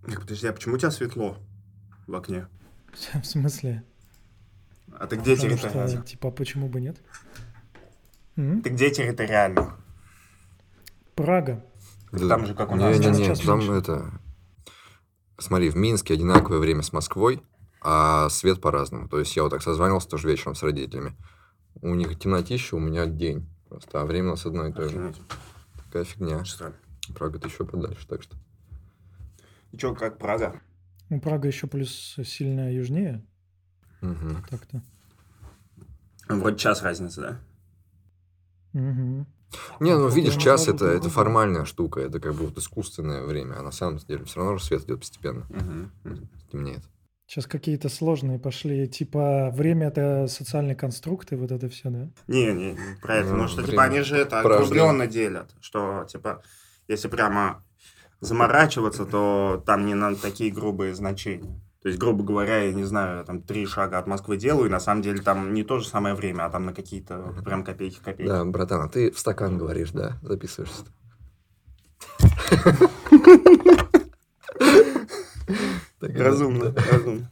Подожди, а почему у тебя светло в окне? В смысле? А ты где Потому что, территориально? типа, почему бы нет? Ты где территориально? Прага. Так Да, там же, как у нас, У меня час не-не-не, сейчас меньше. там меньше. Смотри, в Минске одинаковое время с Москвой, а свет по-разному. То есть я вот так созванивался тоже вечером с родителями. У них темнотища, у меня день просто, а время у нас одно и то же. Охренеть. Такая фигня. Очень странно. Прага-то еще подальше, так что... И чё, как Прага? Ну, Прага еще плюс сильно южнее. Мгм. Так-то. Вроде час разницы, да? Угу. Не, ну видишь, Я час отложу это другу. формальная штука, это как бы вот искусственное время, а на самом деле все равно же свет идет постепенно, темнеет. Сейчас какие-то сложные пошли. Типа, время — это социальный конструкт, и вот это все, да? Не, про это. Ну, что, типа, время они же это порождения. округленно делят. Что, типа, если прямо заморачиваться, то там не на такие грубые значения. То есть, грубо говоря, я не знаю, там 3 шага от Москвы делаю, и на самом деле там не то же самое время, а там на какие-то прям копейки-копейки. Да, братан, а ты в стакан говоришь, да? Записываешься. Разумно, разумно.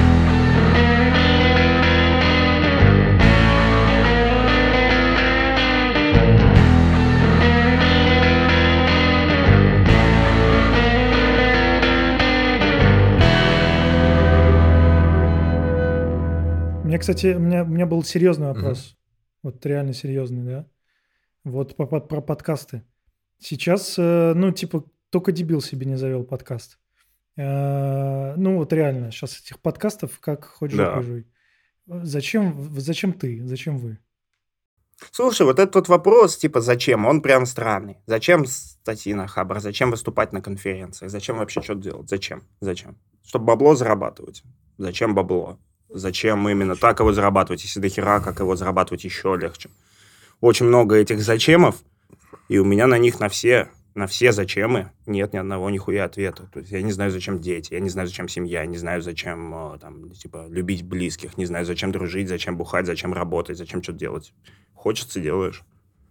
Мне, кстати, у меня был серьезный вопрос. Вот реально серьезный, да? Вот про подкасты. Сейчас, ну, типа, только дебил себе не завел подкаст. Ну, вот реально, сейчас этих подкастов как хоть жопой Да. жуй. Зачем ты? Зачем вы? Слушай, вот этот вот вопрос, типа, зачем, он прям странный. Зачем статьи на Хабр? Зачем выступать на конференциях? Зачем вообще что-то делать? Зачем? Чтобы бабло зарабатывать. Зачем бабло? Зачем именно так его зарабатывать, если до хера, как его зарабатывать еще легче? Очень много этих зачемов, и у меня на них на все зачемы нет ни одного нихуя ответа. То есть я не знаю, зачем дети, я не знаю, зачем семья, не знаю, зачем там, типа, любить близких, не знаю, зачем дружить, зачем бухать, зачем работать, зачем что-то делать. Хочется — делаешь.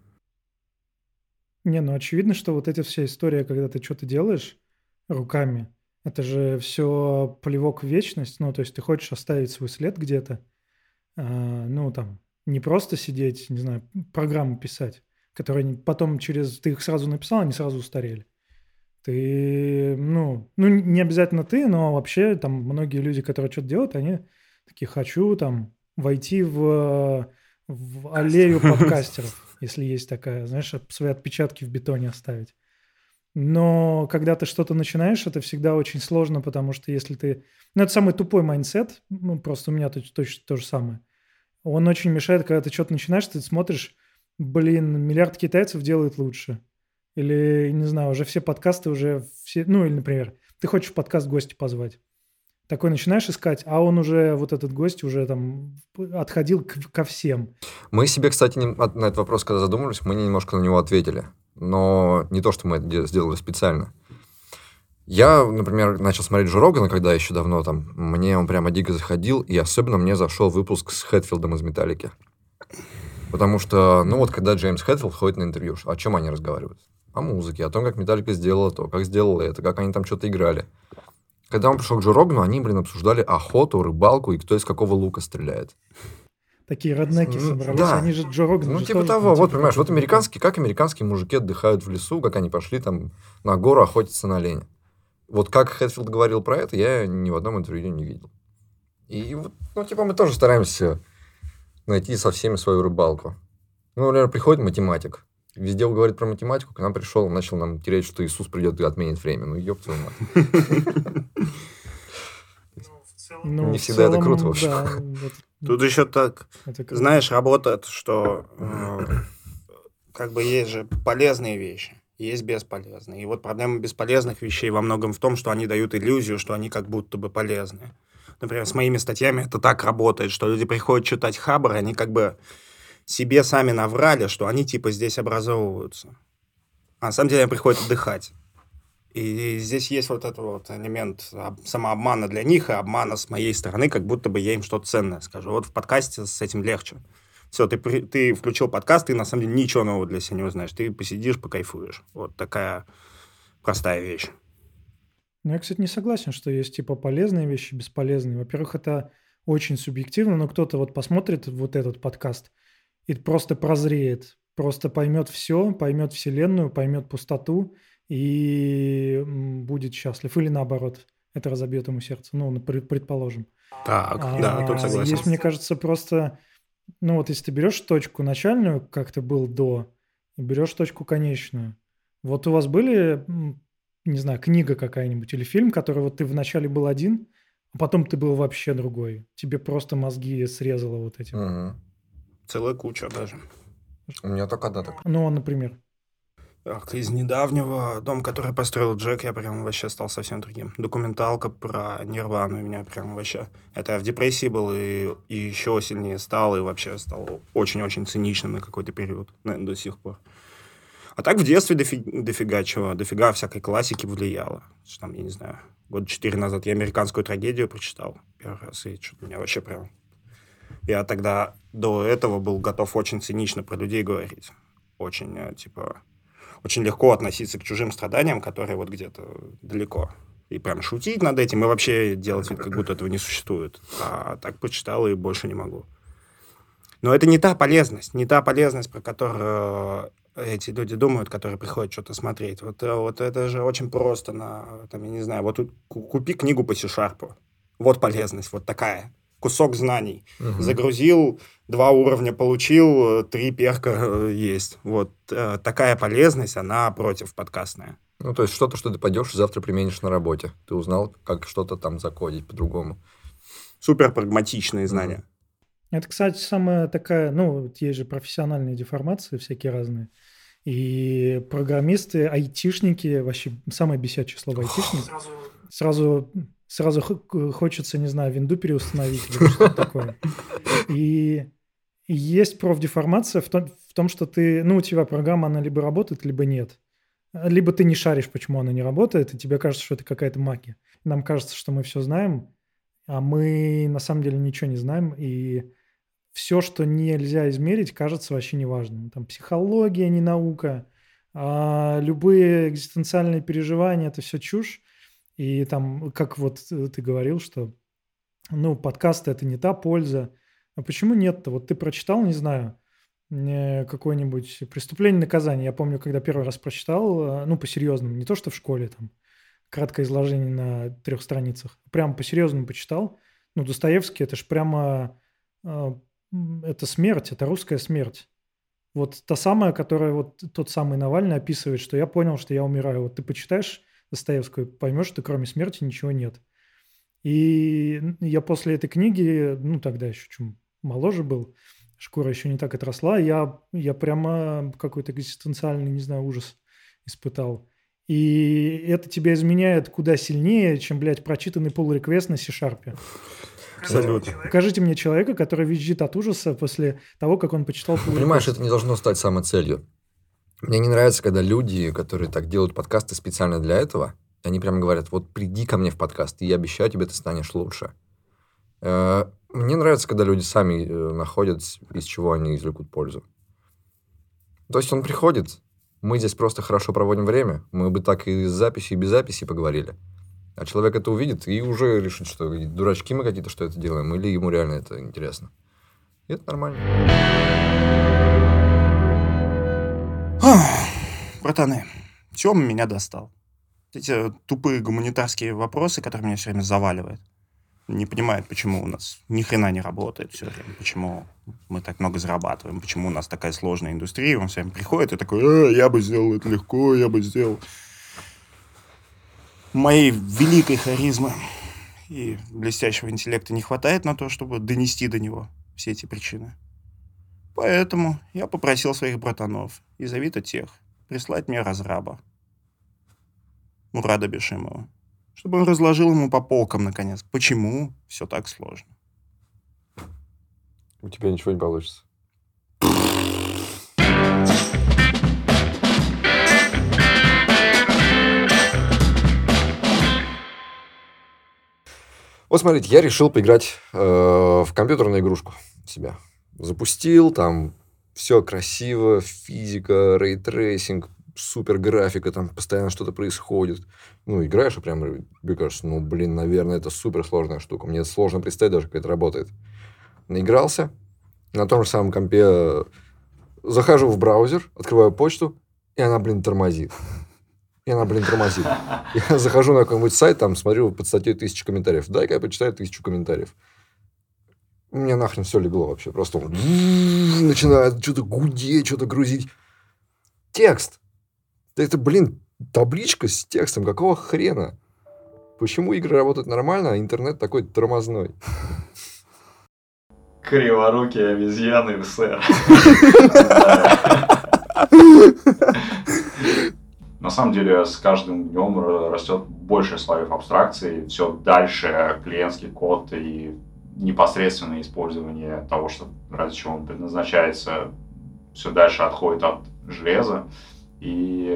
Не, ну очевидно, что вот эта вся история, когда ты что-то делаешь руками, это же все плевок в вечность. Ну, то есть ты хочешь оставить свой след где-то. Ну, там, не просто сидеть, не знаю, программу писать, которые потом ты их сразу написал, они сразу устарели. Ты, ну, не обязательно ты, но вообще там многие люди, которые что-то делают, они такие: хочу там войти в аллею подкастеров, если есть такая, знаешь, свои отпечатки в бетоне оставить. Но когда ты что-то начинаешь, это всегда очень сложно, потому что если ты... Ну, это самый тупой майндсет, ну, просто у меня точно то же самое. Он очень мешает, когда ты что-то начинаешь, ты смотришь, блин, миллиард китайцев делают лучше. Или, не знаю, уже все подкасты уже все... Ну, или, например, ты хочешь в подкаст гостя позвать. Такой начинаешь искать, а он уже, вот этот гость уже там отходил ко всем. Мы себе, кстати, на этот вопрос, когда задумались, мы немножко на него ответили. Но не то, что мы это сделали специально. Я, например, начал смотреть Джо Рогана, когда еще давно там, мне он прямо дико заходил, и особенно мне зашел выпуск с Хэтфилдом из «Металлики». Потому что, ну вот, когда Джеймс Хэтфилд ходит на интервью, о чем они разговаривают? О музыке, о том, как «Металлика» сделала то, как сделала это, как они там что-то играли. Когда он пришел к Джо Рогану, они, обсуждали охоту, рыбалку и кто из какого лука стреляет. Такие роднеки собрались, да. они же Джо Роган. Ну, типа того, вот, понимаешь, вот как американские мужики отдыхают в лесу, как они пошли там на гору охотиться на оленя. Вот как Хэтфилд говорил про это, я ни в одном интервью не видел. И вот, ну, типа, мы тоже стараемся найти со всеми свою рыбалку. Ну, например, приходит математик, везде он говорит про математику, к нам пришел, начал нам тереть, что Иисус придет и отменит время. Ну, ёб твою мать. Не всегда это круто, в общем. Тут еще так, знаешь, работает, что как бы есть же полезные вещи, есть бесполезные. И вот проблема бесполезных вещей во многом в том, что они дают иллюзию, что они как будто бы полезны. Например, с моими статьями это так работает, что люди приходят читать Хабр, они как бы себе сами наврали, что они типа здесь образовываются. А на самом деле они приходят отдыхать. И здесь есть вот этот вот элемент самообмана для них и обмана с моей стороны, как будто бы я им что-то ценное скажу. Вот в подкасте с этим легче. Все, ты включил подкаст, ты на самом деле ничего нового для себя не узнаешь. Ты посидишь, покайфуешь. Вот такая простая вещь. Ну, я, кстати, не согласен, что есть типа полезные вещи, бесполезные. Во-первых, это очень субъективно, но кто-то вот посмотрит вот этот подкаст и просто прозреет, просто поймет все, поймет вселенную, поймет пустоту и будет счастлив. Или наоборот, это разобьет ему сердце. Ну, предположим. Так, да, тут согласен. Есть, мне кажется, просто... Ну, вот если ты берешь точку начальную, как ты был до, и берешь точку конечную. Вот у вас были, не знаю, книга какая-нибудь или фильм, который вот ты вначале был один, а потом ты был вообще другой. Тебе просто мозги срезало вот этим. Угу. Целая куча даже. У меня только одна такая. Ну, например. Так, из недавнего «Дом, который построил Джек» я прям вообще стал совсем другим. Документалка про Нирвану меня прям вообще... Это я в депрессии был и еще сильнее стал, и вообще стал очень-очень циничным на какой-то период, наверное, до сих пор. А так в детстве дофига чего, дофига всякой классики влияло. Что там, я не знаю, 4 года назад я «Американскую трагедию» прочитал первый раз, и что-то меня вообще прям... Я тогда до этого был готов очень цинично про людей говорить. Очень, типа... Очень легко относиться к чужим страданиям, которые вот где-то далеко. И прям шутить над этим, и вообще делать вид, как будто этого не существует. А так почитал и больше не могу. Но это не та полезность, про которую эти люди думают, которые приходят что-то смотреть. Вот это же очень просто. Там, я не знаю, вот купи книгу по C-Sharp. Вот полезность, вот такая. Кусок знаний. Угу. Загрузил, 2 уровня получил, 3 перка есть. Вот такая полезность, она против подкастная. Ну, то есть что-то, что ты пойдешь и завтра применишь на работе. Ты узнал, как что-то там закодить по-другому. Супер прагматичные знания. Это, кстати, самая такая... Ну, есть же профессиональные деформации всякие разные. И программисты, айтишники, вообще самое бесячее слово айтишник. Сразу хочется, не знаю, винду переустановить или что-то такое. И есть профдеформация в том, что ты, ну, у тебя программа, она либо работает, либо нет. Либо ты не шаришь, почему она не работает, и тебе кажется, что это какая-то магия. Нам кажется, что мы все знаем, а мы на самом деле ничего не знаем, и все, что нельзя измерить, кажется вообще неважным. Там психология, не наука, любые экзистенциальные переживания – это все чушь. И там, как вот ты говорил, что, ну, подкасты – это не та польза. А почему нет-то? Вот ты прочитал, не знаю, какое-нибудь «Преступление и наказание». Я помню, когда первый раз прочитал, ну, по-серьезному, не то, что в школе, там, краткое изложение на 3 страницах. Прямо по-серьезному почитал. Ну, Достоевский – это ж прямо… Это смерть, это русская смерть. Вот та самая, которая вот тот самый Навальный описывает, что я понял, что я умираю. Вот ты почитаешь Достоевскую, поймешь, что кроме смерти ничего нет. И я после этой книги, ну, тогда еще чуть моложе был, шкура еще не так отросла, я прямо какой-то экзистенциальный, не знаю, ужас испытал. И это тебя изменяет куда сильнее, чем, блядь, прочитанный pull-request на C-Sharp. Абсолютно. Покажите мне человека, который визжит от ужаса после того, как он почитал pull-request. Понимаешь, это не должно стать самой целью. Мне не нравится, когда люди, которые так делают подкасты специально для этого, они прямо говорят, вот приди ко мне в подкаст, и я обещаю тебе, ты станешь лучше. Мне нравится, когда люди сами находят, из чего они извлекут пользу. То есть он приходит, мы здесь просто хорошо проводим время, мы бы так и с записью, и без записи поговорили. А человек это увидит и уже решит, что дурачки мы какие-то, что это делаем, или ему реально это интересно. И это нормально. Братаны, Тёма меня достал. Эти тупые гуманитарские вопросы, которые меня все время заваливают. Не понимает, почему у нас ни хрена не работает все время, почему мы так много зарабатываем, почему у нас такая сложная индустрия. Он все время приходит и такой, я бы сделал это легко, я бы сделал. Моей великой харизмы и блестящего интеллекта не хватает на то, чтобы донести до него все эти причины. Поэтому я попросил своих братанов из Авито Тех прислать мне разраба Мурада Бешимова, чтобы он разложил ему по полкам, наконец, почему все так сложно. У тебя ничего не получится. Вот смотрите, я решил поиграть в компьютерную игрушку себя. Запустил, там все красиво, физика, рейтрейсинг, супер графика, там постоянно что-то происходит. Ну, играешь, и прям, мне кажется, ну, блин, наверное, это супер сложная штука. Мне сложно представить даже, как это работает. Наигрался, на том же самом компе захожу в браузер, открываю почту, и она, блин, тормозит. Я захожу на какой-нибудь сайт, там смотрю под статьей 1000 комментариев. Дай-ка я почитаю 1000 комментариев. У меня нахрен все легло вообще. Просто он начинает что-то гудеть, что-то грузить. Текст. Это, блин, табличка с текстом. Какого хрена? Почему игры работают нормально, а интернет такой тормозной? Криворукие обезьяны, сэр. На самом деле, с каждым днем растет больше слоев абстракции, все дальше клиентский код и непосредственное использование того, что ради чего он предназначается, все дальше отходит от железа, и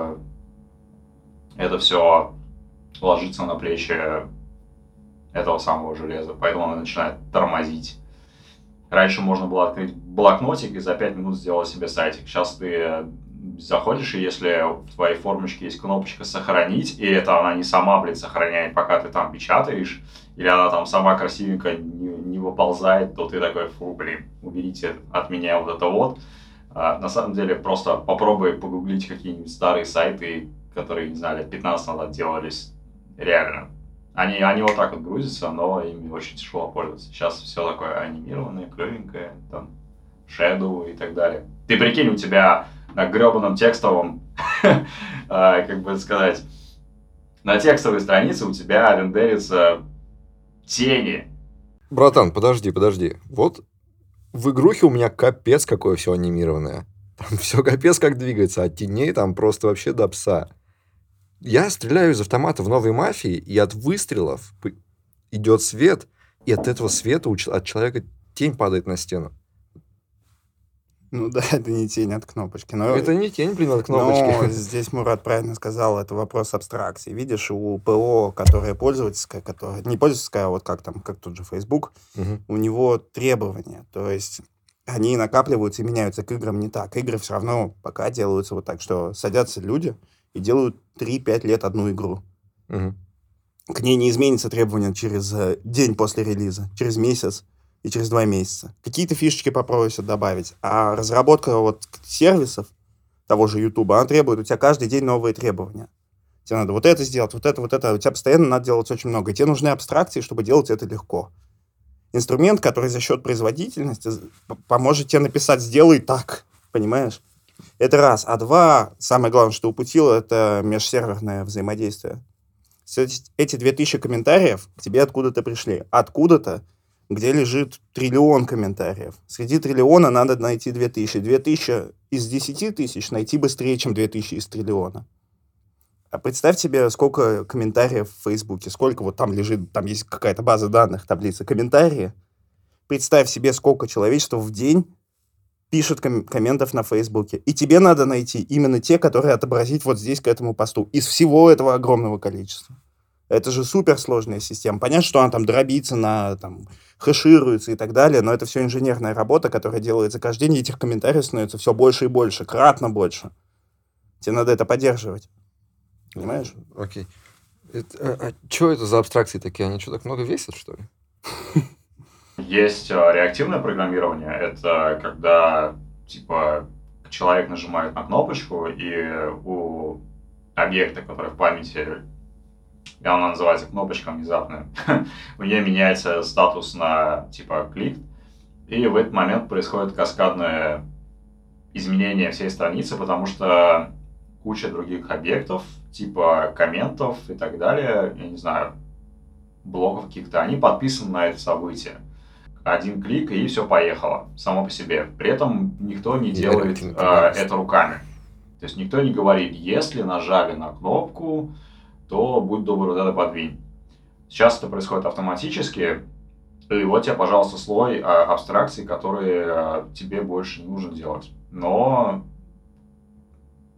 это все ложится на плечи этого самого железа, поэтому оно начинает тормозить. Раньше можно было открыть блокнотик и за 5 минут сделать себе сайтик. Сейчас ты заходишь, и если в твоей формочке есть кнопочка «Сохранить», и это она не сама, блин, сохраняет, пока ты там печатаешь, или она там сама красивенько не выползает, то ты такой, фу, блин, уберите от меня вот это вот. На самом деле, просто попробуй погуглить какие-нибудь старые сайты, которые, не знаю, лет 15 назад делались реально. Они вот так вот грузятся, но ими очень тяжело пользоваться. Сейчас все такое анимированное, клевенькое, там, Shadow и так далее. Ты прикинь, у тебя на гребаном текстовом, как бы сказать, на текстовой странице у тебя рендерятся тени. Братан, подожди. Вот в игрухе у меня капец какое все анимированное. Там все капец как двигается, а теней там просто вообще до пса. Я стреляю из автомата в новой мафии, и от выстрелов идет свет, и от этого света от человека тень падает на стену. Ну да, это не тень от кнопочки. Но... Это не тень, блин, от кнопочки. Но здесь Мурат правильно сказал, это вопрос абстракции. Видишь, у ПО, которое пользовательское, которое не пользовательское, а вот как тот же Facebook, у него требования. То есть они накапливаются и меняются к играм не так. Игры все равно пока делаются вот так, что садятся люди и делают 3-5 лет одну игру. К ней не изменится требования через день после релиза, через месяц и через 2 месяца. Какие-то фишечки попросят добавить. А разработка вот сервисов того же YouTube, она требует у тебя каждый день новые требования. Тебе надо вот это сделать, вот это. У тебя постоянно надо делать очень много. И тебе нужны абстракции, чтобы делать это легко. Инструмент, который за счет производительности поможет тебе написать «сделай так». Понимаешь? Это раз. А 2, самое главное, что упустил, это межсерверное взаимодействие. Эти 2000 комментариев к тебе откуда-то пришли. Откуда-то, где лежит триллион комментариев. Среди триллиона надо найти 2000. 2000 из 10 тысяч найти быстрее, чем 2000 из триллиона. А представь себе, сколько комментариев в Фейсбуке, сколько вот там лежит, там есть какая-то база данных, таблица, комментарии. Представь себе, сколько человечества в день пишет комментов на Фейсбуке. И тебе надо найти именно те, которые отобразить вот здесь к этому посту. Из всего этого огромного количества. Это же суперсложная система. Понятно, что она там дробится, хэшируется и так далее, но это все инженерная работа, которая делается каждый день, и этих комментариев становится все больше и больше, кратно больше. Тебе надо это поддерживать. Понимаешь? Окей. Что это за абстракции такие? Они что, так много весят, что ли? Есть реактивное программирование. Это когда, человек нажимает на кнопочку, и у объекта, который в памяти, и она называется кнопочка внезапная, у нее меняется статус на клик, и в этот момент происходит каскадное изменение всей страницы, потому что куча других объектов, комментов и так далее, я не знаю, блоков каких-то, они подписаны на это событие. Один клик, и все поехало, само по себе. При этом никто не делает это руками. То есть никто не говорит, если нажали на кнопку, то будь добр, вот это подвинь. Сейчас это происходит автоматически, и вот тебе, пожалуйста, слой абстракций, которые тебе больше не нужно делать. Но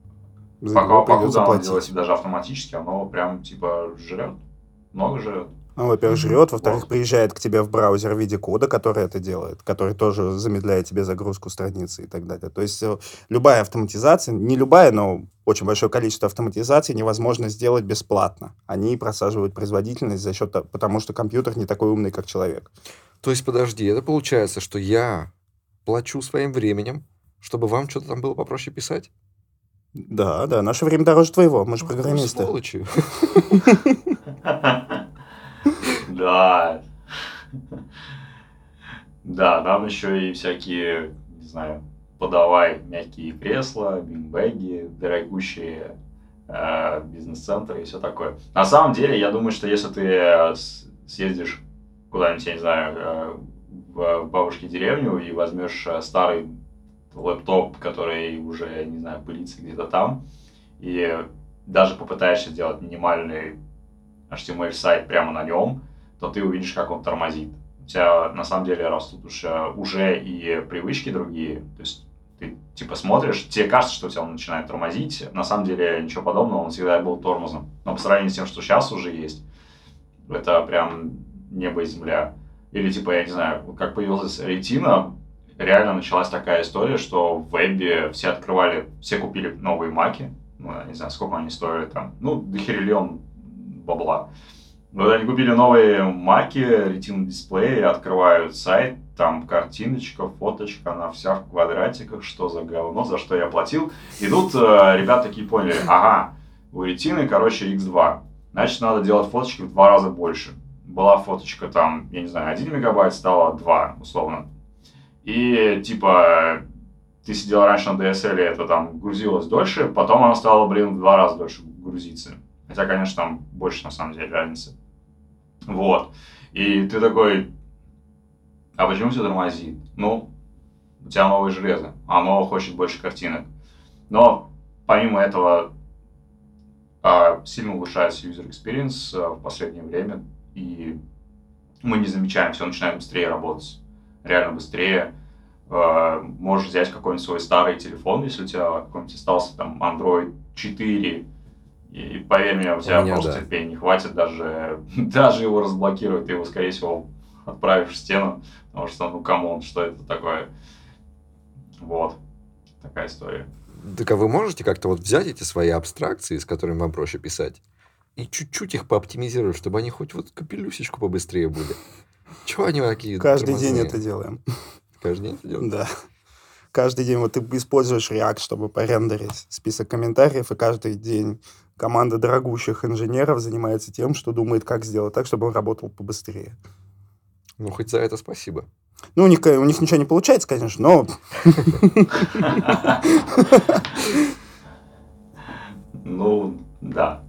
покуда оно делается даже автоматически, оно прям жрет, много жрет. Он, во-первых, жрет, во-вторых, приезжает к тебе в браузер в виде кода, который это делает, который тоже замедляет тебе загрузку страницы и так далее. То есть любая автоматизация, не любая, но очень большое количество автоматизаций невозможно сделать бесплатно. Они просаживают производительность за счет того, потому что компьютер не такой умный, как человек. То есть, подожди, это получается, что я плачу своим временем, чтобы вам что-то там было попроще писать? Да, наше время дороже твоего, мы же программисты. Сволочи. Да. Да, нам еще и всякие, не знаю, подавай мягкие кресла, бинбэги, дорогущие бизнес-центры и все такое. На самом деле, я думаю, что если ты съездишь куда-нибудь, я не знаю, в бабушке деревню и возьмешь старый лэптоп, который уже, не знаю, пылится где-то там, и даже попытаешься сделать минимальный HTML-сайт прямо на нем, то ты увидишь, как он тормозит. У тебя на самом деле растут уже и привычки другие. То есть ты типа смотришь, тебе кажется, что у тебя он начинает тормозить. На самом деле ничего подобного, он всегда был тормозом. Но по сравнению с тем, что сейчас уже есть, это прям небо и земля. Или типа, я не знаю, как появилась Retina, реально началась такая история, что в вебе все купили новые маки. Ну, я не знаю, сколько они стоили там. Ну, дохериллион бабла. Вот они купили новые маки, Retina дисплеи, открывают сайт, там картиночка, фоточка, она вся в квадратиках, что за говно, за что я платил. И тут ребята такие поняли, ага, у Retina, короче, X2, значит, надо делать фоточки в 2 раза больше. Была фоточка там, я не знаю, 1 мегабайт, стало 2, условно. И типа ты сидел раньше на DSL, это там грузилось дольше, потом оно стало, в 2 раза дольше грузиться. Хотя, конечно, там больше, на самом деле, разницы. Вот. И ты такой, а почему все тормозит? Ну, у тебя новое железо, оно хочет больше картинок. Но, помимо этого, сильно улучшается user experience в последнее время, и мы не замечаем, все начинает быстрее работать. Реально быстрее. Можешь взять какой-нибудь свой старый телефон, если у тебя какой-нибудь остался там Android 4, и поверь мне, у тебя просто терпения не хватит даже его разблокировать, ты его, скорее всего, отправишь в стену, потому что, ну, камон, что это такое? Вот, такая история. Так а вы можете как-то вот взять эти свои абстракции, с которыми вам проще писать, и чуть-чуть их пооптимизировать, чтобы они хоть вот капелюсечку побыстрее были? Чего они такие Каждый день это делаем. Каждый день это делаем? Да. Каждый день вот ты используешь React, чтобы порендерить список комментариев, и каждый день команда дорогущих инженеров занимается тем, что думает, как сделать так, чтобы он работал побыстрее. Ну, хоть за это спасибо. Ну, у них ничего не получается, конечно, но... Ну, да.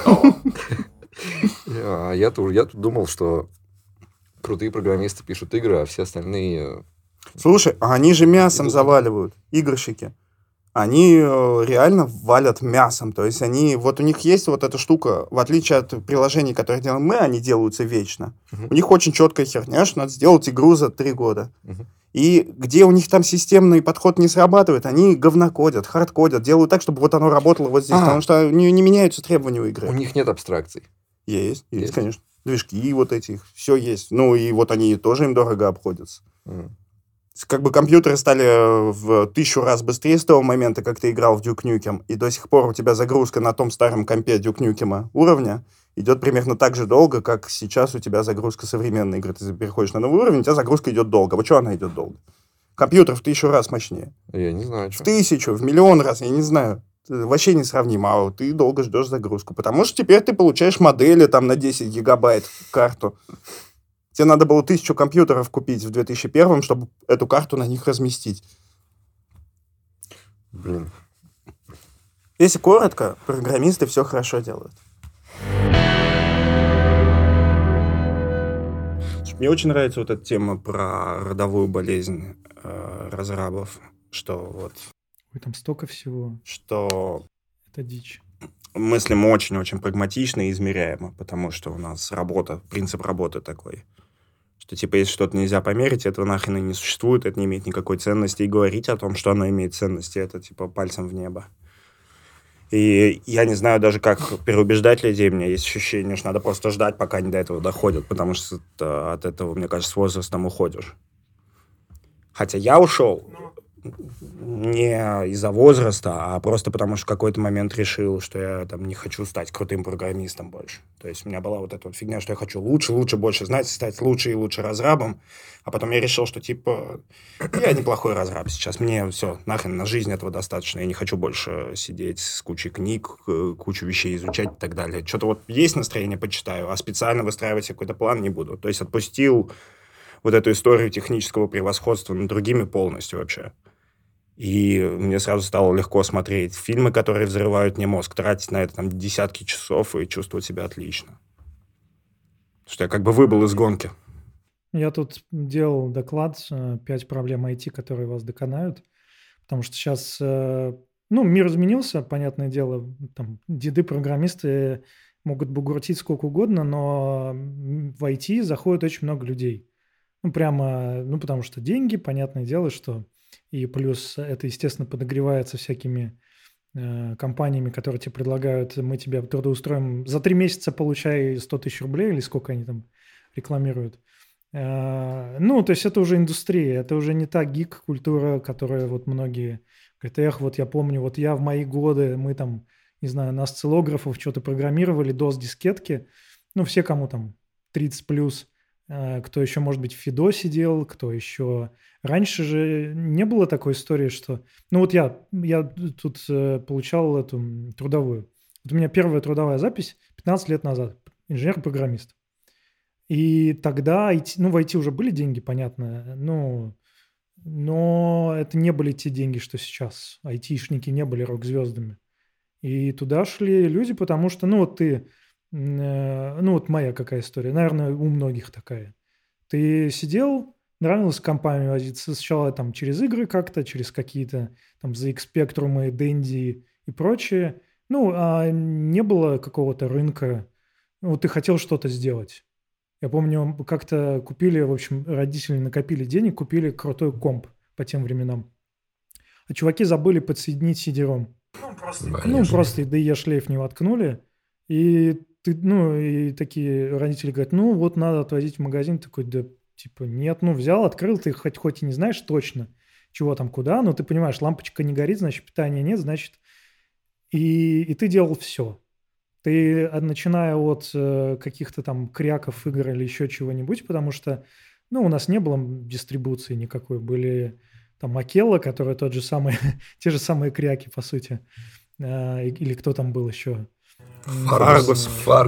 Я тут думал, что крутые программисты пишут игры, а все остальные... Слушай, они же мясом заваливают, игрщики. Они реально валят мясом. То есть вот у них есть вот эта штука, в отличие от приложений, которые делаем мы, они делаются вечно. У них очень четкая херня, что надо сделать игру за 3 года. И где у них там системный подход не срабатывает, они говнокодят, хардкодят, делают так, чтобы вот оно работало вот здесь, потому что не меняются требования у игры. У них нет абстракций. Есть, конечно. Движки вот этих, все есть. Ну, и вот они тоже им дорого обходятся. Как бы компьютеры стали в 1000 раз быстрее с того момента, как ты играл в Duke Nukem, и до сих пор у тебя загрузка на том старом компе Duke Nukem уровня идет примерно так же долго, как сейчас у тебя загрузка современной игры. Ты переходишь на новый уровень, у тебя загрузка идет долго. Вот что она идет долго? Компьютер в 1000 раз мощнее. Я не знаю, что. В 1000, в миллион раз, я не знаю. Вообще несравнимо, а ты долго ждешь загрузку. Потому что теперь ты получаешь модели там на 10 гигабайт карту. Тебе надо было 1000 компьютеров купить в 2001, чтобы эту карту на них разместить. Блин. Если коротко, программисты все хорошо делают. Мне очень нравится вот эта тема про родовую болезнь разрабов, что вот... Ой, там столько всего. Что... Это дичь. Мыслим очень-очень прагматично и измеряемо, потому что у нас принцип работы такой, что типа если что-то нельзя померить, этого нахрен и не существует, это не имеет никакой ценности, и говорить о том, что оно имеет ценности, это типа пальцем в небо. И я не знаю даже, как переубеждать людей. У меня есть ощущение, что надо просто ждать, пока они до этого доходят, потому что от этого, мне кажется, с возрастом уходишь. Хотя я ушел не из-за возраста, а просто потому что в какой-то момент решил, что я там не хочу стать крутым программистом больше. То есть у меня была вот эта вот фигня, что я хочу лучше, больше знать, стать лучше и лучше разрабом. А потом я решил, что типа я неплохой разраб сейчас. Мне все, нахрен на жизнь этого достаточно. Я не хочу больше сидеть с кучей книг, кучу вещей изучать и так далее. Что-то вот есть настроение, почитаю, а специально выстраивать какой-то план не буду. То есть отпустил вот эту историю технического превосходства над другими полностью вообще. И мне сразу стало легко смотреть фильмы, которые взрывают мне мозг, тратить на это там десятки часов и чувствовать себя отлично. Что я как бы выбыл из гонки. Я тут делал доклад «5 проблем IT, которые вас доконают», потому что сейчас, мир изменился, понятное дело, там деды-программисты могут бугуртить сколько угодно, но в IT заходит очень много людей. Потому что деньги, понятное дело, что и плюс это, естественно, подогревается всякими компаниями, которые тебе предлагают, мы тебя трудоустроим, за 3 месяца получай 100 тысяч рублей, или сколько они там рекламируют. То есть это уже индустрия, это уже не та гик-культура, которая вот многие говорят, вот я помню, вот я в мои годы, мы там, не знаю, на осциллографов что-то программировали, DOS-дискетки, все, кому там 30+, кто еще, может быть, в Фидо сидел, кто еще... Раньше же не было такой истории, что... я тут получал эту трудовую. Вот у меня первая трудовая запись 15 лет назад. Инженер-программист. И тогда в IT уже были деньги, понятно, но это не были те деньги, что сейчас. Айтишники не были рок-звездами. И туда шли люди, потому что, моя какая история, наверное, у многих такая. Ты сидел, нравилось с компами возиться, сначала там через игры как-то, через какие-то там ZX Spectrum, Dendy и прочее. А не было какого-то рынка. Ты хотел что-то сделать. Я помню, как-то купили, в общем, родители накопили денег, купили крутой комп по тем временам. А чуваки забыли подсоединить CD-ROM. Просто IDE шлейф не воткнули. И и такие родители говорят, надо отвозить в магазин. Такой, да, нет, взял, открыл, ты хоть и не знаешь точно, чего там, куда, но ты понимаешь, лампочка не горит, значит, питания нет, значит... И ты делал все. Ты, начиная от каких-то там кряков игр или еще чего-нибудь, потому что, у нас не было дистрибуции никакой, были там Акелла, которая те же самые кряки, по сути, или кто там был еще? Фаргус.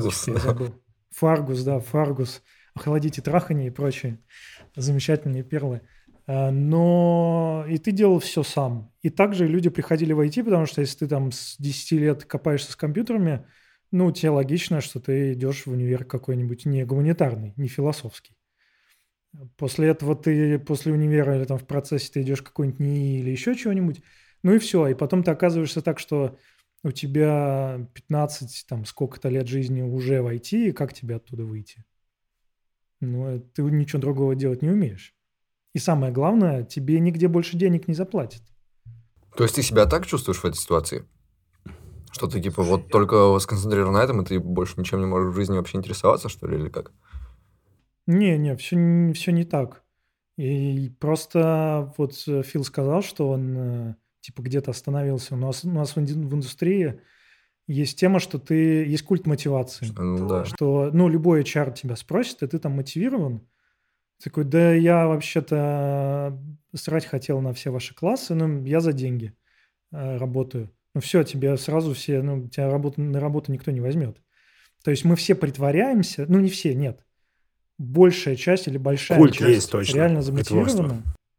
Фаргус, охладите трахани и прочие замечательные перлы. Но и ты делал все сам. И также люди приходили в IT, потому что если ты там с 10 лет копаешься с компьютерами, тебе логично, что ты идешь в универ какой-нибудь не гуманитарный, не философский. После этого ты после универа или там в процессе ты идешь какой-нибудь НИИ или еще чего-нибудь, и все. И потом ты оказываешься так, что у тебя 15, там, сколько-то лет жизни уже в IT, и как тебе оттуда выйти? Ты ничего другого делать не умеешь. И самое главное, тебе нигде больше денег не заплатят. То есть ты себя так чувствуешь в этой ситуации? Что ты, вот только сконцентрирован на этом, и ты больше ничем не можешь в жизни вообще интересоваться, что ли, или как? Не, все не так. И просто вот Фил сказал, что он где-то остановился. У нас в индустрии есть тема, что есть культ мотивации. Да. Что, любой HR тебя спросит, и ты там мотивирован. Такой, да я вообще-то срать хотел на все ваши классы, я за деньги работаю. Все, тебе сразу тебя на работу никто не возьмет. То есть мы все притворяемся, не все, нет. Большая часть или большая Культ часть есть, точно. реально замотивирована.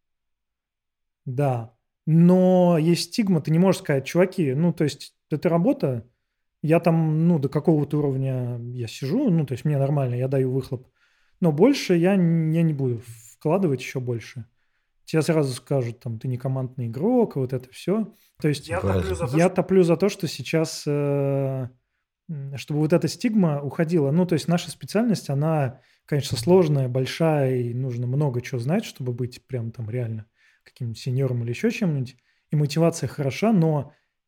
Да. Но есть стигма, ты не можешь сказать, чуваки, то есть это работа, я там, до какого-то уровня я сижу, то есть мне нормально, я даю выхлоп. Но больше я не буду вкладывать еще больше. Тебе сразу скажут, там, ты не командный игрок, вот это все. То есть я топлю за то, что сейчас, чтобы вот эта стигма уходила. То есть наша специальность, она, конечно, сложная, большая, и нужно много чего знать, чтобы быть прям там реально каким-нибудь сеньором или еще чем-нибудь. И мотивация хороша, но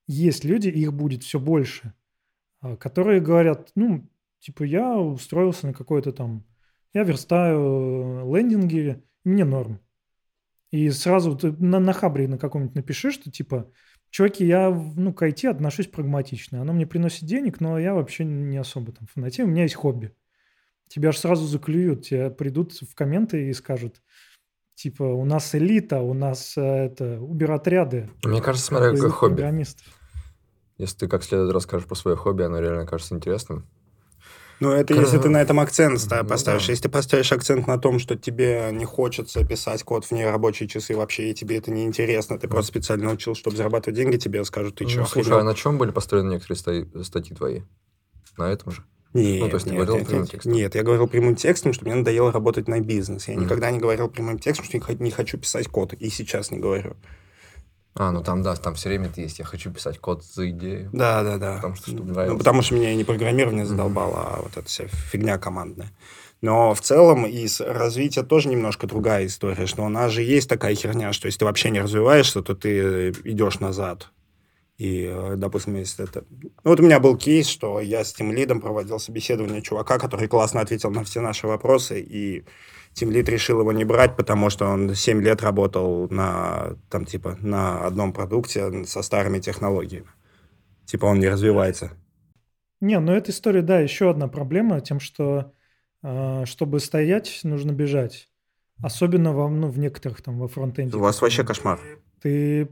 есть люди, их будет все больше, которые говорят, ну, типа, я устроился на какой-то там, я верстаю лендинги, мне норм. И сразу ты на Хабре на каком-нибудь напиши, что типа, чуваки, я ну, к IT отношусь прагматично. Оно мне приносит денег, но я вообще не особо там фанатею. У меня есть хобби. Тебя же сразу заклюют, тебе придут в комменты и скажут, типа, у нас элита, у нас Убер-отряды. Мне кажется, смотря какое хобби. Программистов. Если ты как следует расскажешь про свое хобби, оно реально кажется интересным. Ну, это если ты на этом акцент поставишь. да. Если ты поставишь акцент на том, что тебе не хочется писать код в нерабочие часы вообще, и тебе это неинтересно, ты просто специально учил, чтобы зарабатывать деньги, тебе скажут, ты чё, слушай, охренел? а на чем были построены некоторые статьи твои? На этом же? Нет, то есть ты говорил прямым текстом? Нет, я говорил прямым текстом, что мне надоело работать на бизнес. Я никогда не говорил прямым текстом, что не хочу писать код, и сейчас не говорю. Ну там все время есть. Я хочу писать код за идею. Да. Потому что чтобы нравилось. Ну, потому что меня не программирование задолбало, а вот эта вся фигня командная. Но в целом из развития тоже немножко другая история, что у нас же есть такая херня, что если ты вообще не развиваешься, то ты идешь назад. И, допустим, если это... Ну, вот у меня был кейс, что я с тимлидом проводил собеседование чувака, который классно ответил на все наши вопросы, и тимлид решил его не брать, потому что он 7 лет работал на одном продукте со старыми технологиями. Типа он не развивается. Не, ну эта история, да, еще одна проблема тем, что чтобы стоять, нужно бежать. Особенно в некоторых там во фронтенде. У вас вообще кошмар. Ты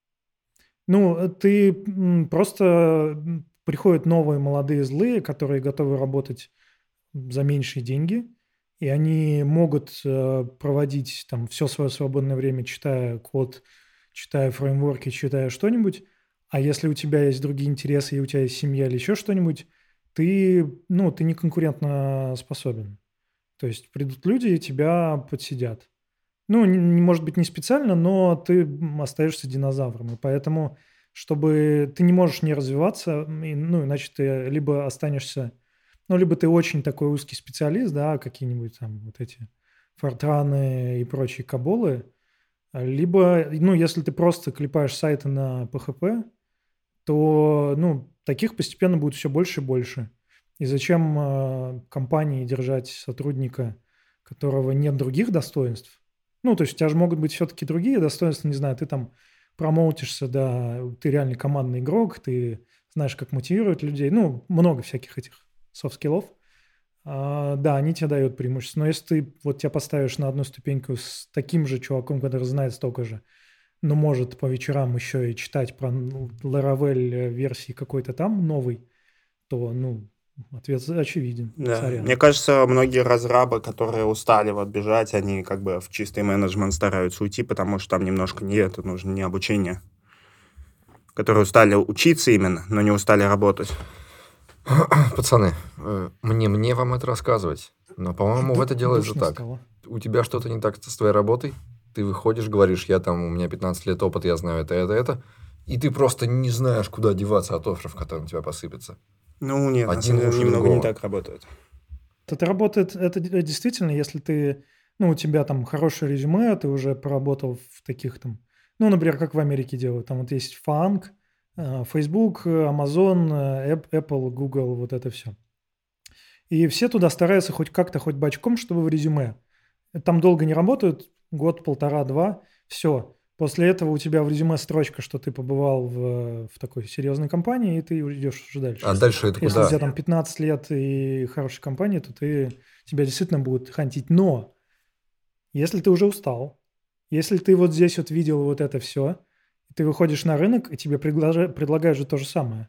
просто приходят новые молодые злые, которые готовы работать за меньшие деньги, и они могут проводить там все свое свободное время, читая код, читая фреймворки, читая что-нибудь. А если у тебя есть другие интересы, и у тебя есть семья или еще что-нибудь, ты не конкурентно способен. То есть придут люди и тебя подсидят. Может быть, не специально, но ты остаешься динозавром. И поэтому, чтобы ты не можешь не развиваться, иначе ты либо останешься... либо ты очень такой узкий специалист, да, какие-нибудь там вот эти фортраны и прочие каболы, либо, если ты просто клепаешь сайты на PHP, то, таких постепенно будет все больше и больше. И зачем компании держать сотрудника, которого нет других достоинств? То есть у тебя же могут быть все-таки другие достоинства, не знаю, ты там промоутишься, да, ты реальный командный игрок, ты знаешь, как мотивировать людей, много всяких этих софт-скиллов. Да, они тебе дают преимущество. Но если ты тебя поставишь на одну ступеньку с таким же чуваком, который знает столько же, но может по вечерам еще и читать про Laravel версии какой-то там новый, то, ответ очевиден. Да. Сорян. Мне кажется, многие разрабы, которые устали бежать, они как бы в чистый менеджмент стараются уйти, потому что там немножко нужно не обучение. Которые устали учиться именно, но не устали работать. Пацаны, мне вам это рассказывать, но, по-моему, это делается Душно так. стало. У тебя что-то не так с твоей работой, ты выходишь, говоришь, у меня 15 лет опыта, я знаю это, и ты просто не знаешь, куда деваться от офферов, которые на тебя посыпятся. Нет, Один на самом деле хуже немного другого. не так работает. Это работает, это действительно, если ты, у тебя там хорошее резюме, ты уже поработал в таких там, например, как в Америке делают, там вот есть Фанк, Facebook, Amazon, Apple, Google, вот это все. И все туда стараются хоть как-то, хоть бочком, чтобы в резюме. Там долго не работают, год, полтора, два, все. После этого у тебя в резюме строчка, что ты побывал в такой серьезной компании, и ты идешь уже дальше. А дальше это Если куда? у тебя там 15 лет и хорошая компания, то тебя действительно будут хантить. Но если ты уже устал, если ты вот здесь вот видел вот это все, ты выходишь на рынок, и тебе предлагают же то же самое.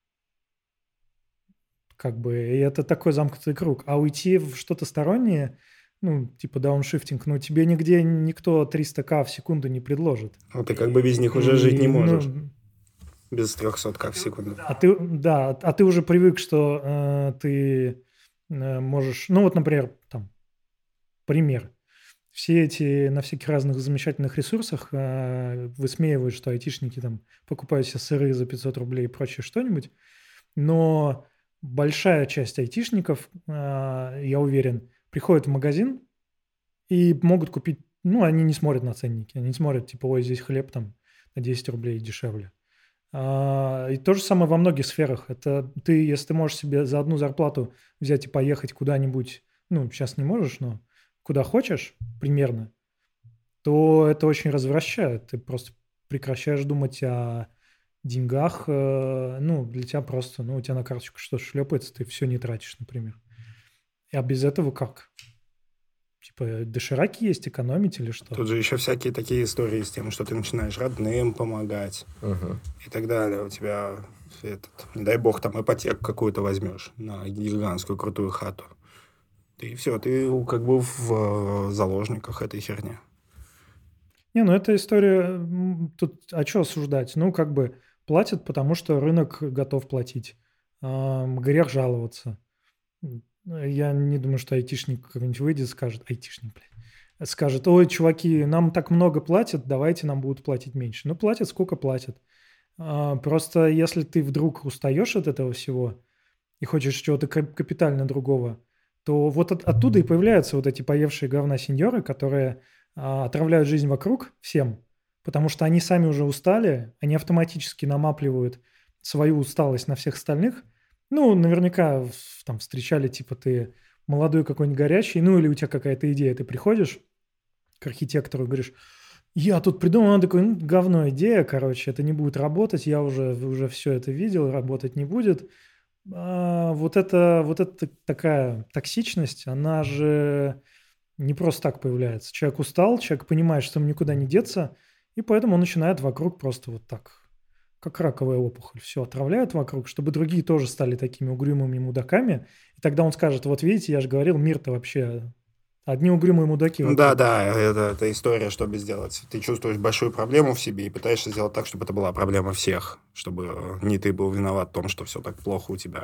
И это такой замкнутый круг. А уйти в что-то стороннее, типа дауншифтинг, тебе нигде никто 300к в секунду не предложит. Ты как бы без них уже жить не И, можешь. Без 300к в секунду. А ты уже привык, что ты можешь... например, там, пример. Все эти на всяких разных замечательных ресурсах высмеивают, что айтишники там покупают себе сыры за 500 рублей и прочее что-нибудь. Но большая часть айтишников, я уверен, приходят в магазин и могут купить... они не смотрят на ценники. Они не смотрят, типа, ой, здесь хлеб там на 10 рублей дешевле. И то же самое во многих сферах. Это если ты можешь себе за одну зарплату взять и поехать куда-нибудь, сейчас не можешь, но куда хочешь примерно, то это очень развращает. Ты просто прекращаешь думать о деньгах. Для тебя просто, у тебя на карточку что-то шлепается, ты все не тратишь, например. А без этого как? Типа дошираки есть, экономить или что? Тут же еще всякие такие истории с тем, что ты начинаешь родным помогать и так далее. У тебя, не дай бог, там ипотеку какую-то возьмешь на гигантскую крутую хату. И все, ты как бы в заложниках этой херни. Эта история, тут, что осуждать? Как бы платят, потому что рынок готов платить. Грех жаловаться. Я не думаю, что айтишник как-нибудь выйдет и скажет, скажет, ой, чуваки, нам так много платят, давайте нам будут платить меньше. Платят, сколько платят. Просто если ты вдруг устаешь от этого всего и хочешь чего-то капитально другого, то вот оттуда и появляются вот эти поевшие говна сеньоры, которые отравляют жизнь вокруг всем, потому что они сами уже устали, они автоматически намапливают свою усталость на всех остальных. Наверняка там встречали, типа, ты молодой какой-нибудь горячий, или у тебя какая-то идея, ты приходишь к архитектору и говоришь, я тут придумал, он такой, говно идея, короче, это не будет работать, я уже все это видел, работать не будет. Вот это такая токсичность, она же не просто так появляется. Человек устал, человек понимает, что ему никуда не деться, и поэтому он начинает вокруг просто вот так, как раковая опухоль, все отравляют вокруг, чтобы другие тоже стали такими угрюмыми мудаками. И тогда он скажет, вот видите, я же говорил, мир-то вообще одни угрюмые мудаки. Да, это история, что сделать. Ты чувствуешь большую проблему в себе и пытаешься сделать так, чтобы это была проблема всех, чтобы не ты был виноват в том, что все так плохо у тебя.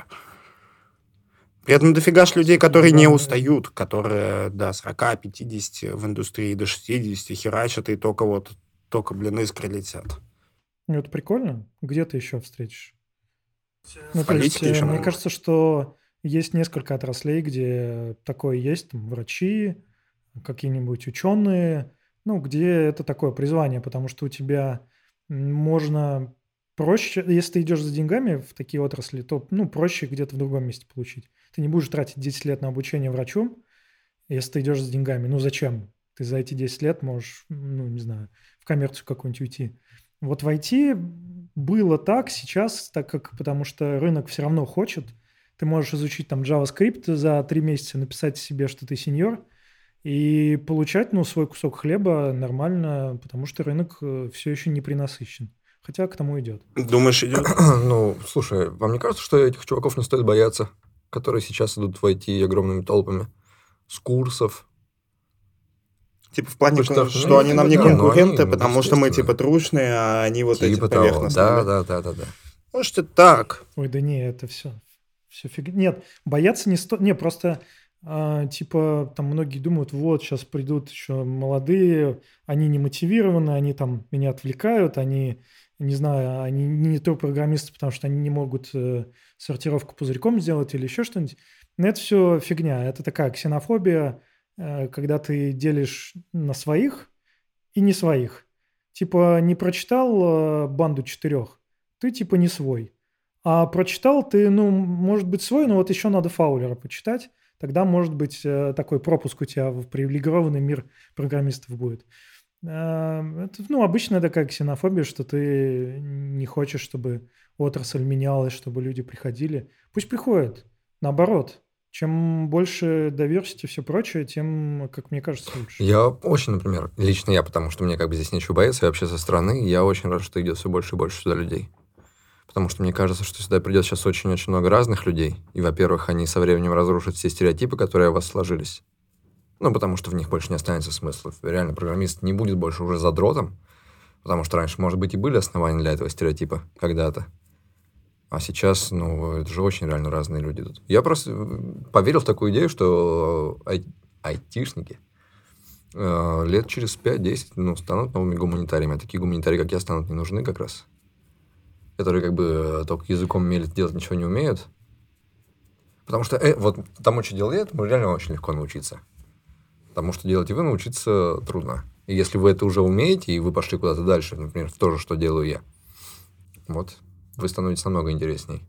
При этом дофига ж людей, которые не устают, которые до 40-50 в индустрии, до 60 херачат, и только, искры летят. Это прикольно. Где ты еще встретишь? Мне кажется, что есть несколько отраслей, где такое есть. Там, врачи, какие-нибудь ученые, где это такое призвание, потому что у тебя можно проще, если ты идешь за деньгами в такие отрасли, то проще где-то в другом месте получить. Ты не будешь тратить 10 лет на обучение врачу, если ты идешь за деньгами. Зачем? Ты за эти 10 лет можешь, не знаю, в коммерцию какую-нибудь уйти. Вот в IT было так, сейчас, потому что рынок все равно хочет. Ты можешь изучить там JavaScript за 3 месяца, написать себе, что ты сеньор, и получать, свой кусок хлеба нормально, потому что рынок все еще не принасыщен. Хотя к тому идет. Думаешь, идет? Слушай, вам не кажется, что этих чуваков не стоит бояться, которые сейчас идут в IT огромными толпами, с курсов? Типа в плане, что они нам не конкуренты, потому что мы типа трушные, а они вот эти поверхностные. Да. Может, это так. Ой, да не, это все фигня. Нет, бояться не стоит. Не, просто типа там многие думают, вот сейчас придут еще молодые, они не мотивированы, они там меня отвлекают, они, не знаю, они не то программисты, потому что они не могут сортировку пузырьком сделать или еще что-нибудь. Но это все фигня. Это такая ксенофобия, когда ты делишь на своих и не своих. Типа не прочитал «Банду четырех», ты типа не свой. А прочитал ты, может быть, свой, но вот еще надо Фаулера почитать. Тогда, может быть, такой пропуск у тебя в привилегированный мир программистов будет. Это, обычная такая ксенофобия, что ты не хочешь, чтобы отрасль менялась, чтобы люди приходили. Пусть приходят. Наоборот. Чем больше diversity и все прочее, тем, как мне кажется, лучше. Я очень, например, лично я, потому что мне как бы здесь нечего бояться, и вообще со стороны, я очень рад, что идет все больше и больше сюда людей. Потому что мне кажется, что сюда придет сейчас очень-очень много разных людей. И, во-первых, они со временем разрушат все стереотипы, которые у вас сложились. Потому что в них больше не останется смысла. Реально, программист не будет больше уже задротом, потому что раньше, может быть, и были основания для этого стереотипа когда-то. А сейчас, это же очень реально разные люди тут. Я просто поверил в такую идею, что айтишники лет через 5-10 станут новыми гуманитариями. А такие гуманитарии, как я, станут не нужны как раз. Которые как бы только языком мелят, делать ничего не умеют. Потому что вот тому, что делал я, этому реально очень легко научиться. Тому, что делаете вы, научиться трудно. И если вы это уже умеете, и вы пошли куда-то дальше, например, в то же, что делаю я, Вот, вы становитесь намного интересней.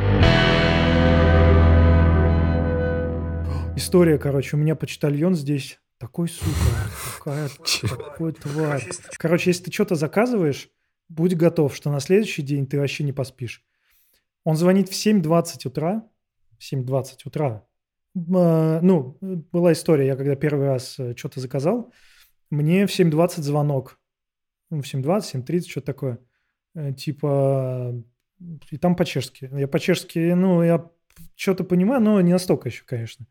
История, короче, у меня почтальон здесь такой, сука, такой тварь. Короче, если ты что-то заказываешь, будь готов, что на следующий день ты вообще не поспишь. Он звонит в 7:20 утра. 7:20 утра. Ну, была история, я когда первый раз что-то заказал, мне в 7:20 звонок. Ну, в 7:20, 7:30, что-то такое. Типа, и там по-чешски. Я по-чешски, я что-то понимаю, но не настолько еще, конечно.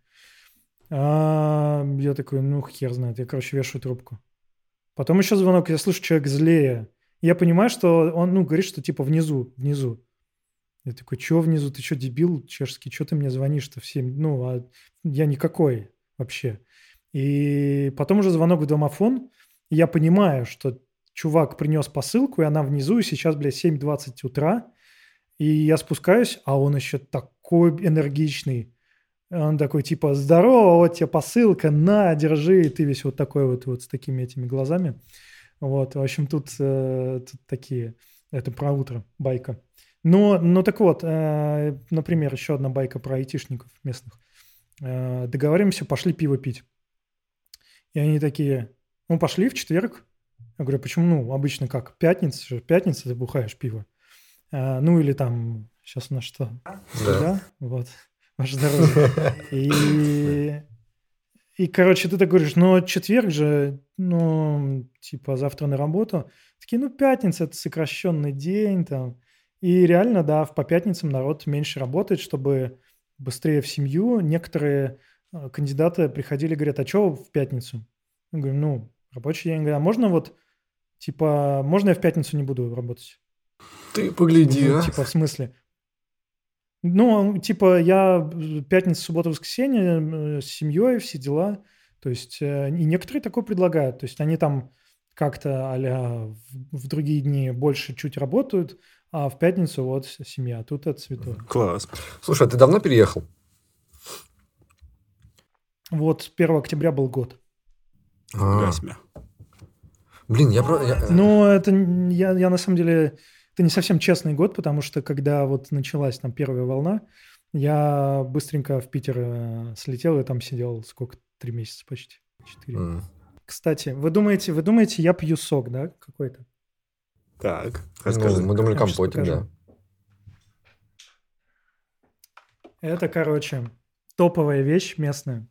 Я такой, хер знает. Я, короче, вешаю трубку. Потом еще звонок, я слышу, человек злее. Я понимаю, что он, говорит, что типа внизу. Я такой, что внизу? Ты что, дебил чешский? Что ты мне звонишь-то в 7? А я никакой вообще. И потом уже звонок в домофон. И я понимаю, что чувак принес посылку, и она внизу, и сейчас, 7:20 утра. И я спускаюсь, а он еще такой энергичный. Он такой, типа, здорово, вот тебе посылка, на, держи. И ты весь вот такой вот с такими этими глазами. Вот, в общем, тут такие, это про утро байка. Ну так вот, например, еще одна байка про айтишников местных. Договоримся, пошли пиво пить. И они такие, пошли в четверг. Я говорю, почему? Обычно как? Пятница ты бухаешь пиво. Или там, сейчас у нас что? Да? Вот. Ваше здоровье. И, короче, ты так говоришь, четверг же, типа завтра на работу. Такие, пятница – это сокращенный день там. И реально, да, по пятницам народ меньше работает, чтобы быстрее в семью. Некоторые кандидаты приходили и говорят, а что в пятницу? Я говорю, рабочий день. А можно можно я в пятницу не буду работать? Ты погляди, Типа, в смысле? Я пятница, суббота, воскресенье с семьей, все дела. То есть, и некоторые такое предлагают. То есть, они там как-то а-ля в другие дни больше чуть работают, а в пятницу вот семья. Тут это святое. Класс. Слушай, а ты давно переехал? Вот 1 октября был год. Блин, это я на самом деле... Это не совсем честный год, потому что когда вот началась там первая волна, я быстренько в Питер слетел и там сидел 3 месяца почти? 4. Кстати, вы думаете, я пью сок, да, какой-то? Так, расскажи. Мы думали, компотик, да. Это, короче, топовая вещь местная.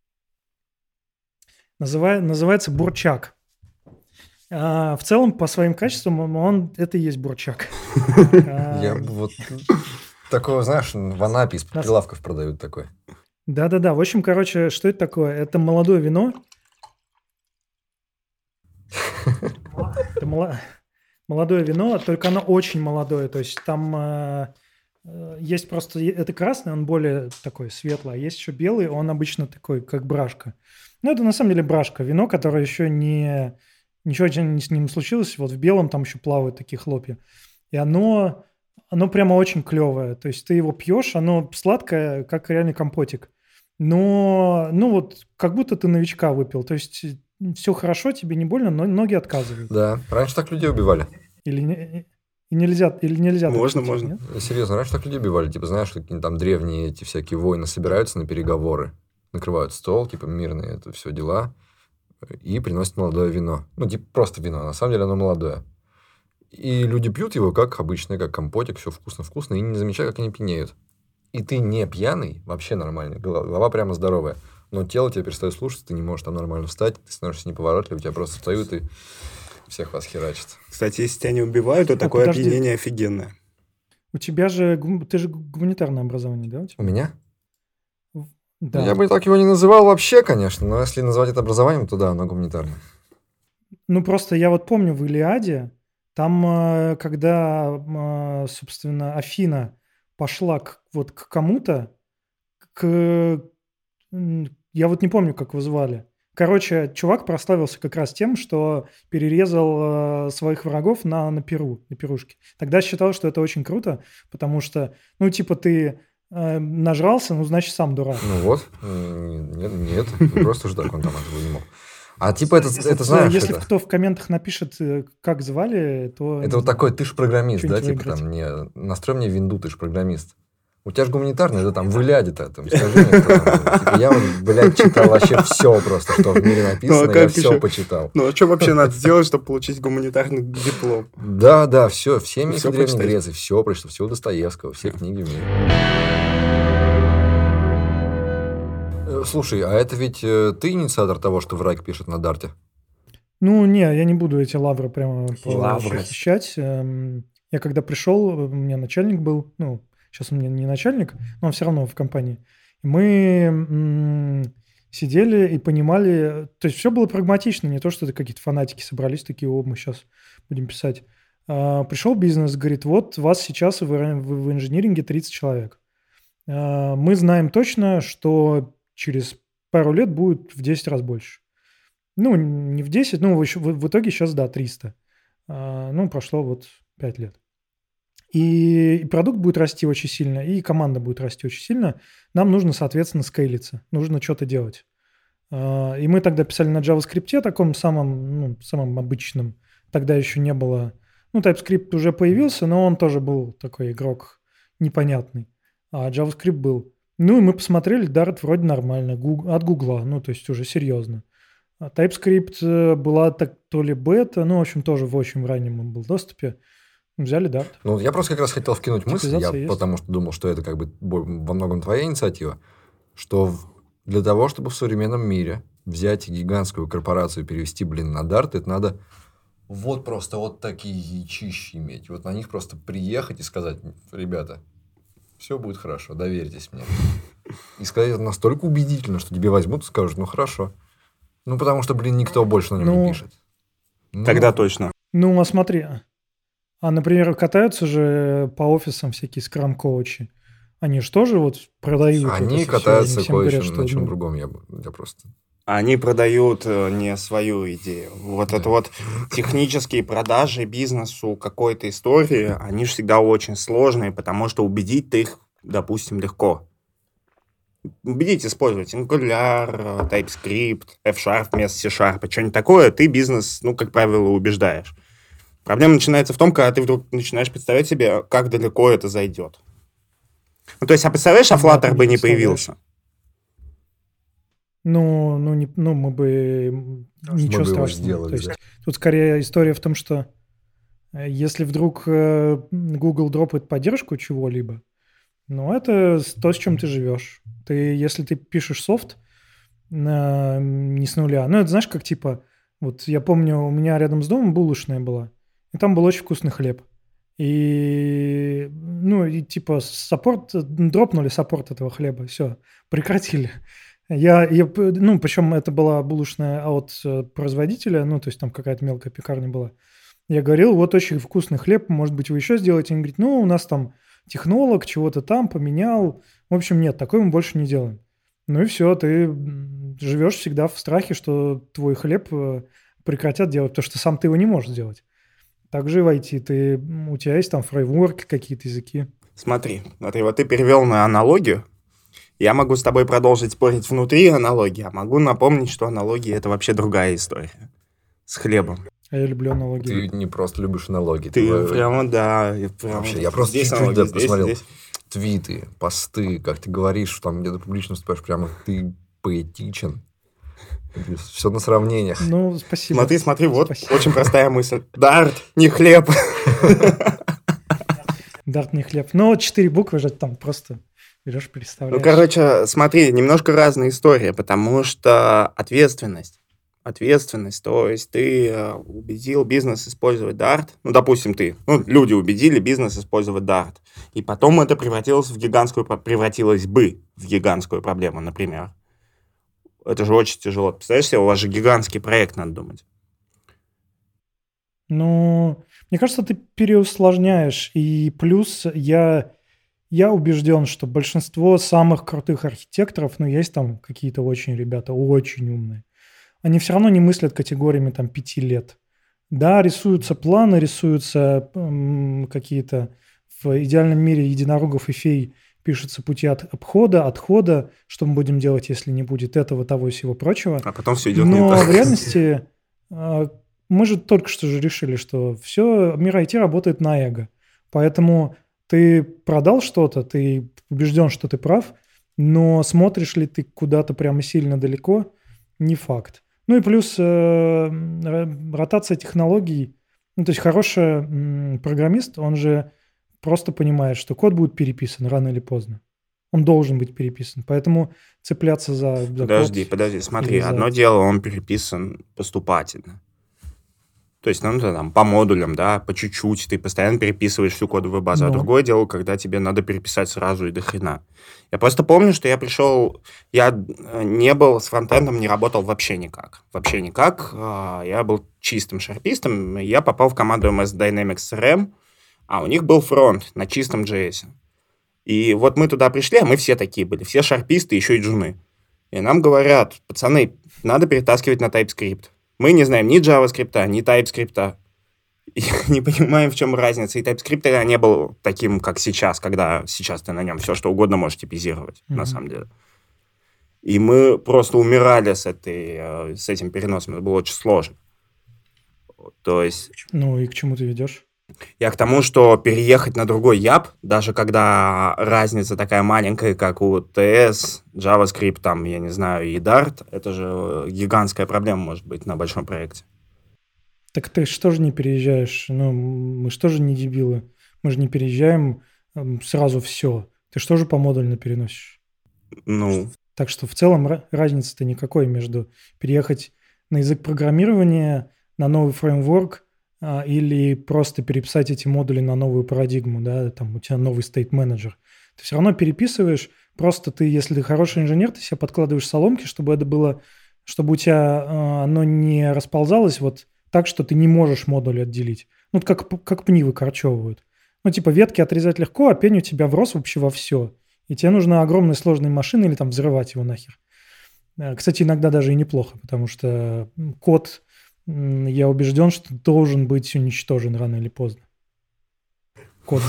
Называется бурчак. В целом, по своим качествам, это и есть бурчак. Я вот такого, знаешь, в Анапе из прилавков продают такое. Да-да-да. В общем, короче, что это такое? Это молодое вино. Это молодое вино, только оно очень молодое. То есть там есть просто... Это красный, он более такой светлый, а есть еще белый, он обычно такой, как брашка. Это на самом деле брашка. Вино, которое еще ничего с ним случилось. Вот в белом там еще плавают такие хлопья. И оно прямо очень клевое. То есть ты его пьешь, оно сладкое, как реальный компотик. Но, вот, как будто ты новичка выпил. То есть все хорошо, тебе не больно, но ноги отказывают. Да, раньше так людей убивали. Или нельзя? Можно. Нет? Серьезно, раньше так людей убивали. Типа, знаешь, какие-то там древние эти всякие войны собираются на переговоры, накрывают стол, типа, мирные это все дела, и приносят молодое вино. Типа, просто вино. На самом деле оно молодое. И люди пьют его как обычное, как компотик, все вкусно-вкусно, и не замечают, как они пьянеют. И ты не пьяный, вообще нормальный, голова прямо здоровая, но тело тебя перестает слушаться, ты не можешь там нормально встать, ты становишься неповоротливым, тебя просто встают и всех вас херачат. Кстати, если тебя не убивают, то такое опьянение офигенное. У тебя же... Ты же гуманитарное образование, да? У меня? Да. Я бы так его не называл вообще, конечно, но если называть это образованием, то да, оно гуманитарное. Просто я вот помню в «Илиаде», там, когда, собственно, Афина пошла к кому-то, я вот не помню, как его звали. Короче, чувак прославился как раз тем, что перерезал своих врагов на пирушке. Тогда считал, что это очень круто, потому что, ты нажрался, значит, сам дурак. Вот. Нет, просто же так он там этого не мог. А типа это знаешь, Если это... кто в комментах напишет, как звали, то... Это вот такой, ты ж программист, да, что-нибудь типа выиграть. там, мне настрой мне винду, ты ж программист. У тебя же гуманитарный, это там в Иляде-то, там, скажи мне, кто там был. Типа, я вот, блядь, читал вообще все просто, что в мире написано, я все почитал. Ну, а что вообще надо сделать, чтобы получить гуманитарный диплом? Да, все мифы Всё Древней прочитать. Греции, все прочитал, всего Достоевского, все книги в мире. Слушай, а это ведь ты инициатор того, что враг пишет на Дарте? Ну, не, я не буду эти лавры прямо Лавры. похищать. Я когда пришел, у меня начальник был, ну, сейчас он мне не начальник, но он все равно в компании. И мы сидели и понимали, то есть все было прагматично, не то, что это какие-то фанатики собрались такие, о, мы сейчас будем писать. Пришел бизнес, говорит, вот вас сейчас в инжиниринге 30 человек. Мы знаем точно, что через пару лет будет в 10 раз больше. Ну, не в 10, ну, в итоге сейчас, да, 300. Ну, прошло вот 5 лет. И продукт будет расти очень сильно, и команда будет расти очень сильно. Нам нужно, соответственно, скейлиться, нужно что-то делать. И мы тогда писали на JavaScript, таком самом обычном. Тогда еще не было... Ну, TypeScript уже появился, но он тоже был такой игрок непонятный. А JavaScript был. Ну, и мы посмотрели, Dart вроде нормально, от Гугла, ну, то есть уже серьезно. TypeScript была то ли бета, ну, в общем, тоже в очень раннем был доступе. Взяли Dart. Ну, я просто как раз хотел вкинуть мысль, Типизация есть. потому что думал, что это как бы во многом твоя инициатива, что для того, чтобы в современном мире взять гигантскую корпорацию и перевести, на Dart, это надо вот просто вот такие яичищи иметь. Вот на них просто приехать и сказать, ребята, все будет хорошо, доверьтесь мне. И сказать это настолько убедительно, что тебе возьмут и скажут, ну, хорошо. Ну, потому что, никто больше на нем не пишет. Ну, Тогда точно. Ну, а смотри. Например, катаются же по офисам всякие скрам-коучи. Они же тоже вот продают. Они катаются кое-что на чем другом. Я просто... Они продают не свою идею. Вот это вот технические продажи бизнесу какой-то истории, они же всегда очень сложные, потому что убедить ты их, допустим, легко. Убедить использовать Angular, TypeScript, F-Sharp вместо C-Sharp, что-нибудь такое, ты бизнес, как правило, убеждаешь. Проблема начинается в том, когда ты вдруг начинаешь представлять себе, как далеко это зайдет. Ну, то есть, представляешь, Flutter бы не появился? Мы бы ничего страшного. То есть, тут скорее история в том, что если вдруг Google дропает поддержку чего-либо, это то, с чем ты живешь. Если ты пишешь софт не с нуля, это знаешь, как типа, вот я помню, у меня рядом с домом булочная была, и там был очень вкусный хлеб. И саппорт, дропнули саппорт этого хлеба, все, прекратили. Причем это была булочная от производителя, то есть там какая-то мелкая пекарня была. Я говорил, вот очень вкусный хлеб, может быть, вы еще сделаете? Они говорят, у нас там технолог чего-то там поменял. В общем, нет, такое мы больше не делаем. Ну и все, ты живешь всегда в страхе, что твой хлеб прекратят делать, потому что сам ты его не можешь сделать. Также в IT у тебя есть там фреймворки, какие-то языки. Смотри, вот ты перевел на аналогию. Я могу с тобой продолжить спорить внутри аналогии, а могу напомнить, что аналогия – это вообще другая история. С хлебом. А я люблю аналогии. Ты не просто любишь аналогии. Ты прямо, да. Вообще, я просто чуть-чуть посмотрел твиты, посты, как ты говоришь, там где-то публично выступаешь, прямо ты поэтичен. Все на сравнениях. Спасибо. Смотри, вот спасибо. Очень простая мысль. Dart, не хлеб. Dart, не хлеб. 4 буквы же там просто берешь, представляешь. Смотри, немножко разная история, потому что ответственность, то есть ты убедил бизнес использовать Dart, допустим, люди убедили бизнес использовать Dart, и потом это превратилось бы в гигантскую проблему, например. Это же очень тяжело. Представляешь себе, у вас же гигантский проект, надо думать. Мне кажется, ты переусложняешь. И плюс я убежден, что большинство самых крутых архитекторов, есть там какие-то ребята очень умные, они все равно не мыслят категориями 5 лет. Да, рисуются планы, рисуются какие-то в идеальном мире единорогов и фей пишутся пути обхода, отхода, что мы будем делать, если не будет этого, того и всего прочего. А потом все идет не Но так. в реальности мы же только что же решили, что все, мир IT работает на эго. Поэтому ты продал что-то, ты убежден, что ты прав, но смотришь ли ты куда-то прямо сильно далеко, не факт. Ну и плюс ротация технологий. Ну, то есть хороший программист, он же просто понимает, что код будет переписан рано или поздно. Он должен быть переписан. Поэтому цепляться за Подожди, код... смотри. или за- Одно дело, он переписан поступательно. То есть, ну, там, по модулям, да, по чуть-чуть, ты постоянно переписываешь всю кодовую базу. А Ну. другое дело, когда тебе надо переписать сразу и до хрена. Я просто помню, что я не был с фронтендом, не работал вообще никак. Вообще никак. Я был чистым шарпистом, и я попал в команду MS Dynamics CRM, а у них был фронт на чистом JS. И вот мы туда пришли, а мы все такие были, все шарписты, еще и джуны. И нам говорят, пацаны, надо перетаскивать на TypeScript. Мы не знаем ни JavaScript, ни TypeScript. И не понимаем, в чем разница. И TypeScript не был таким, как сейчас, когда сейчас ты на нем все, что угодно можешь типизировать, на самом деле. И мы просто умирали с этим переносом. Это было очень сложно. То есть... Ну и к чему ты ведешь? Я к тому, что переехать на другой ЯП, даже когда разница такая маленькая, как у TS, JavaScript, там, я не знаю, и Dart, это же гигантская проблема может быть на большом проекте. Так ты что же не переезжаешь? Ну, мы что же не дебилы? Мы же не переезжаем сразу все. Ты что же помодульно переносишь? Ну, Так что в целом разницы-то никакой между переехать на язык программирования, на новый фреймворк или просто переписать эти модули на новую парадигму, да, там у тебя новый стейт-менеджер. Ты все равно переписываешь, просто ты, если ты хороший инженер, ты себе подкладываешь соломки, чтобы это было, чтобы у тебя оно не расползалось вот так, что ты не можешь модуль отделить. Ну, как пни выкорчевывают. Ну, типа ветки отрезать легко, а пень у тебя врос вообще во все. И тебе нужна огромная сложная машина или там взрывать его нахер. Кстати, иногда даже и неплохо, потому что код, я убежден, что должен быть уничтожен рано или поздно. Код.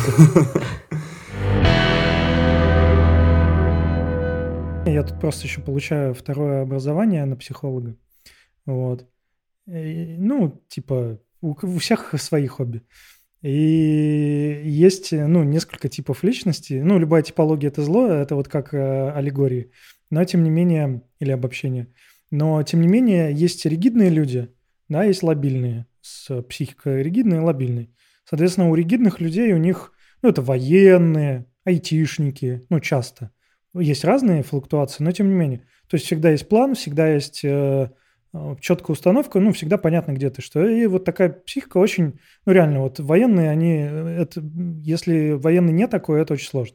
Я тут просто еще получаю второе образование на психолога. Вот. Ну, типа, у всех свои хобби. И есть, ну, несколько типов личности. Ну, любая типология – это зло, это вот как аллегории. Но, тем не менее, или обобщение. Но, тем не менее, есть ригидные люди, да, есть лобильные, с психикой ригидной и лобильной. Соответственно, у ригидных людей у них, ну, это военные, айтишники, ну, часто. Есть разные флуктуации, но, тем не менее. То есть, всегда есть план, всегда есть... четкая установка, ну, всегда понятно, где ты, что. И вот такая психика очень, ну, реально, вот военные, если военный не такой, это очень сложно.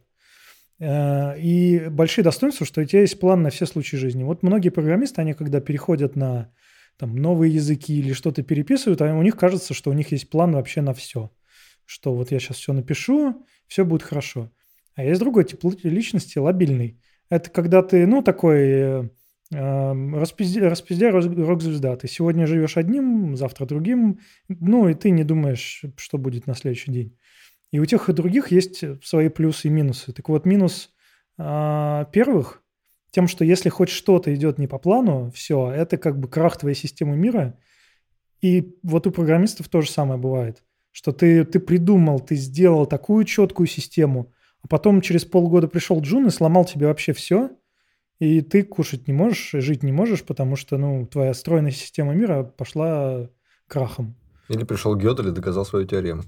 И большие достоинства, что у тебя есть план на все случаи жизни. Вот многие программисты, они когда переходят на там, новые языки или что-то переписывают, у них кажется, что у них есть план вообще на все. Что вот я сейчас все напишу, все будет хорошо. А есть другой тип личности, лобильный. Это когда ты, ну, такой... распиздяй, рок-звезда. Ты сегодня живешь одним, завтра другим, ну и ты не думаешь, что будет на следующий день. И у тех и других есть свои плюсы и минусы. Так вот, минус первых тем, что если хоть что-то идет не по плану, все, это как бы крах твоей системы мира. И вот у программистов то же самое бывает, что ты придумал, ты сделал такую четкую систему, а потом через полгода пришел Джун и сломал тебе вообще все. И ты кушать не можешь, жить не можешь, потому что, ну, твоя стройная система мира пошла крахом. Или пришел Гёдель и доказал свою теорему.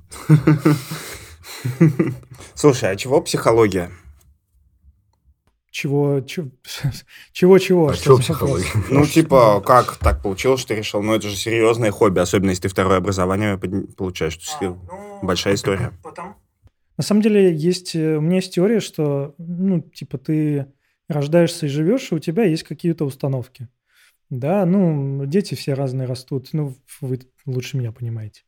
Слушай, а чего психология? Чего? А чего психология? Ну, типа, как так получилось, что ты решил? Ну, это же серьезное хобби, особенно если ты второе образование получаешь. Большая история. На самом деле, у меня есть теория, что, ну, типа, ты... рождаешься и живешь, и у тебя есть какие-то установки. Да, ну, дети все разные растут, ну, вы лучше меня понимаете.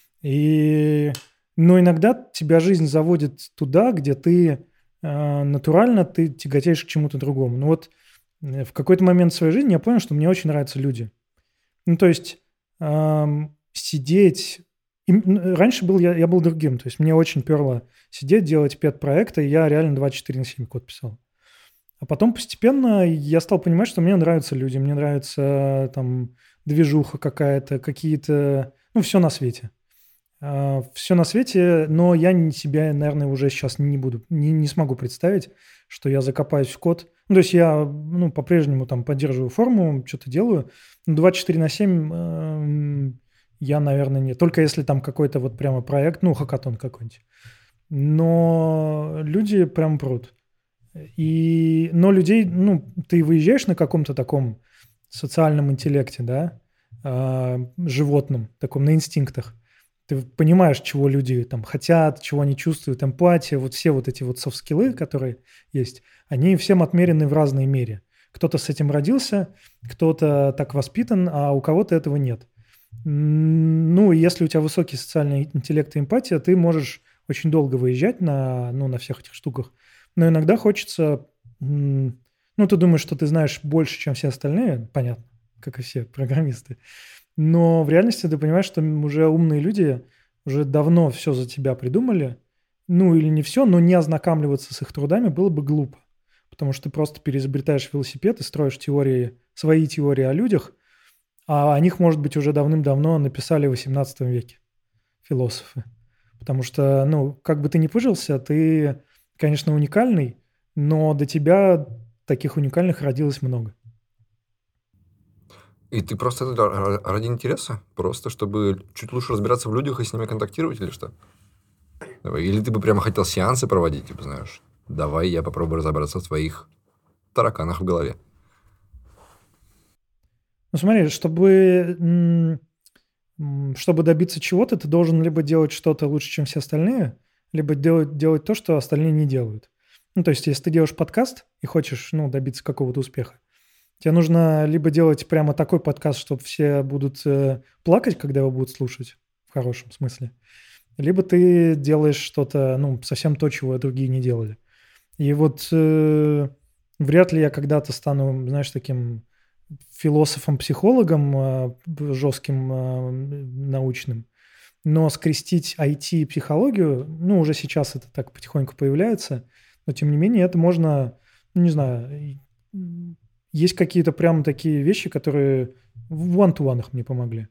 Но иногда тебя жизнь заводит туда, где ты натурально ты тяготеешь к чему-то другому. Ну вот в какой-то момент своей жизни я понял, что мне очень нравятся люди. Ну, то есть сидеть раньше я был другим, то есть мне очень перло сидеть, делать пет-проекты, и я реально 24/7 код писал. А потом постепенно я стал понимать, что мне нравятся люди, мне нравится там движуха какая-то, какие-то, все на свете. Все на свете, но я себя, наверное, уже сейчас не смогу представить, что я закопаюсь в код. То есть я по-прежнему там поддерживаю форму, что-то делаю, но 24/7 я, наверное, нет. Только если там какой-то вот прямо проект, хакатон какой-нибудь. Но люди прям прут. Но людей, ты выезжаешь на каком-то таком социальном интеллекте, да, животном, таком на инстинктах. Ты понимаешь, чего люди там хотят, чего они чувствуют, эмпатия, вот все вот эти вот софт-скиллы, которые есть, они всем отмерены в разной мере. Кто-то с этим родился, кто-то так воспитан, а у кого-то этого нет. Если у тебя высокий социальный интеллект и эмпатия, ты можешь очень долго выезжать на всех этих штуках. Но иногда хочется... ты думаешь, что ты знаешь больше, чем все остальные, понятно, как и все программисты. Но в реальности ты понимаешь, что уже умные люди уже давно все за тебя придумали. Или не все, но не ознакомливаться с их трудами было бы глупо. Потому что ты просто переизобретаешь велосипед и строишь свои теории о людях, а о них, может быть, уже давным-давно написали в 18 веке философы. Потому что, как бы ты ни пыжился, ты, конечно, уникальный, но до тебя таких уникальных родилось много. И ты просто ради интереса? Просто чтобы чуть лучше разбираться в людях и с ними контактировать или что? Или ты бы прямо хотел сеансы проводить, типа, знаешь, давай я попробую разобраться в твоих тараканах в голове. Смотри, чтобы добиться чего-то, ты должен либо делать что-то лучше, чем все остальные, либо делать то, что остальные не делают. То есть, если ты делаешь подкаст и хочешь, добиться какого-то успеха, тебе нужно либо делать прямо такой подкаст, чтобы все будут плакать, когда его будут слушать, в хорошем смысле, либо ты делаешь что-то, совсем то, чего другие не делали. И вот вряд ли я когда-то стану, знаешь, таким философом-психологом жестким, научным, но скрестить IT и психологию, уже сейчас это так потихоньку появляется, но тем не менее это можно, не знаю, есть какие-то прям такие вещи, которые в one-to-one мне помогли.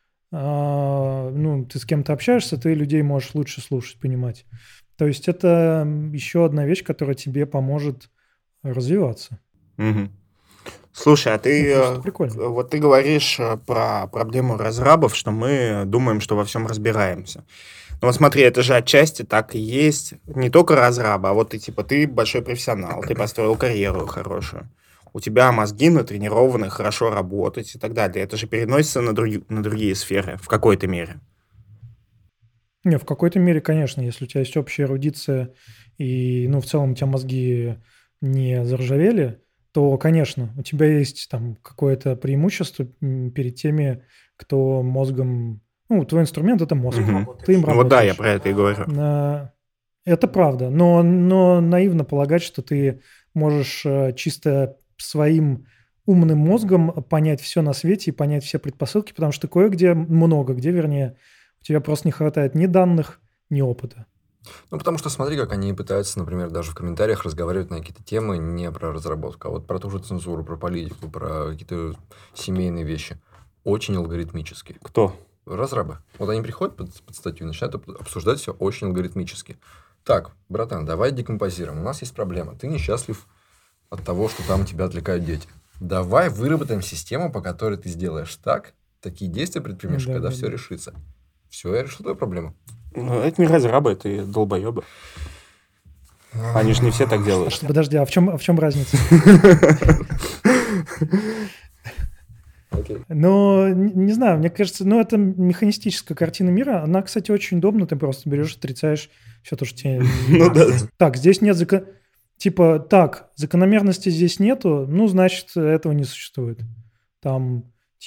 Ты с кем-то общаешься, ты людей можешь лучше слушать, понимать. То есть это еще одна вещь, которая тебе поможет развиваться. Угу. Слушай, а ты говоришь про проблему разрабов, что мы думаем, что во всем разбираемся. Ну вот смотри, это же отчасти так и есть. Не только разраба, а вот ты большой профессионал, ты построил карьеру хорошую. У тебя мозги натренированы хорошо работать и так далее. Это же переносится на другие сферы в какой-то мере. Не, в какой-то мере, конечно. Если у тебя есть общая эрудиция и, в целом у тебя мозги не заржавели, то, конечно, у тебя есть там какое-то преимущество перед теми, кто мозгом... твой инструмент – это мозг. Угу. Ты им работаешь. Вот да, я про это и говорю. Это правда. Но наивно полагать, что ты можешь чисто своим умным мозгом понять все на свете и понять все предпосылки, потому что кое-где много, вернее, у тебя просто не хватает ни данных, ни опыта. Потому что смотри, как они пытаются, например, даже в комментариях разговаривать на какие-то темы не про разработку, а вот про ту же цензуру, про политику, про какие-то семейные вещи. Очень алгоритмически. Кто? Разрабы. Вот они приходят под статью и начинают обсуждать все очень алгоритмически. Так, братан, давай декомпозируем. У нас есть проблема. Ты несчастлив от того, что там тебя отвлекают дети. Давай выработаем систему, по которой ты сделаешь такие действия предпримешь, когда все решится. Все, я решил твою проблему. Это не разрабы, это долбоебы. Они же не все так делают. Подожди, а в чем разница? Но, не знаю, мне кажется, это механистическая картина мира. Она, кстати, очень удобна. Ты просто берешь, отрицаешь все то, что тебе... Так, здесь нет закономерности здесь нету, значит, этого не существует. Там,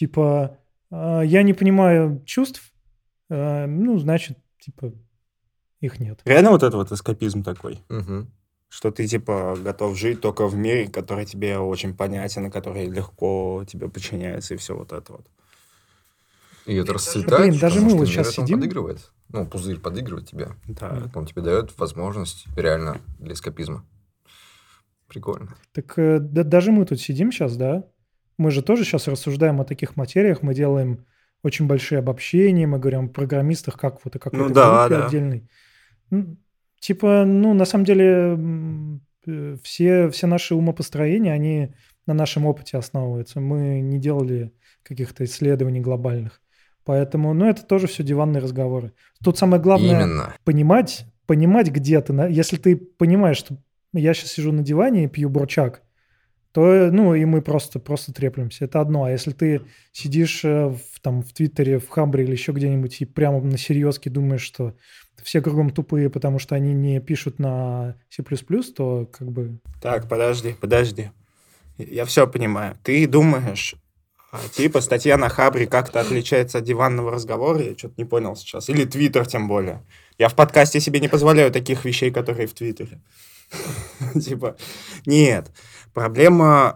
я не понимаю чувств, значит, их нет. Реально вот это вот эскапизм такой? Угу. Что ты, готов жить только в мире, который тебе очень понятен, и который легко тебе подчиняется, и все вот это вот. И это расцветает, Блин, даже мы потому вот что мир сейчас этому сидим. подыгрывает. Ну, пузырь подыгрывает тебе. Да. Он тебе дает возможность реально для эскапизма. Прикольно. Так даже мы тут сидим сейчас, да? Мы же тоже сейчас рассуждаем о таких материях, мы делаем очень большие обобщения, мы говорим о программистах как вот о какой-то группе отдельной. Типа, на самом деле, все наши умопостроения, они на нашем опыте основываются. Мы не делали каких-то исследований глобальных. Поэтому, это тоже все диванные разговоры. Тут самое главное понимать, где ты. Если ты понимаешь, что я сейчас сижу на диване и пью бурчак, то, и мы просто треплемся. Это одно. А если ты сидишь в Твиттере, в Хабре или еще где-нибудь и прямо на серьезке думаешь, что все кругом тупые, потому что они не пишут на C++, то как бы... Так, подожди. Я все понимаю. Ты думаешь, типа статья на Хабре как-то отличается от диванного разговора? Я что-то не понял сейчас. Или Твиттер тем более. Я в подкасте себе не позволяю таких вещей, которые в Твиттере. Типа, нет. Проблема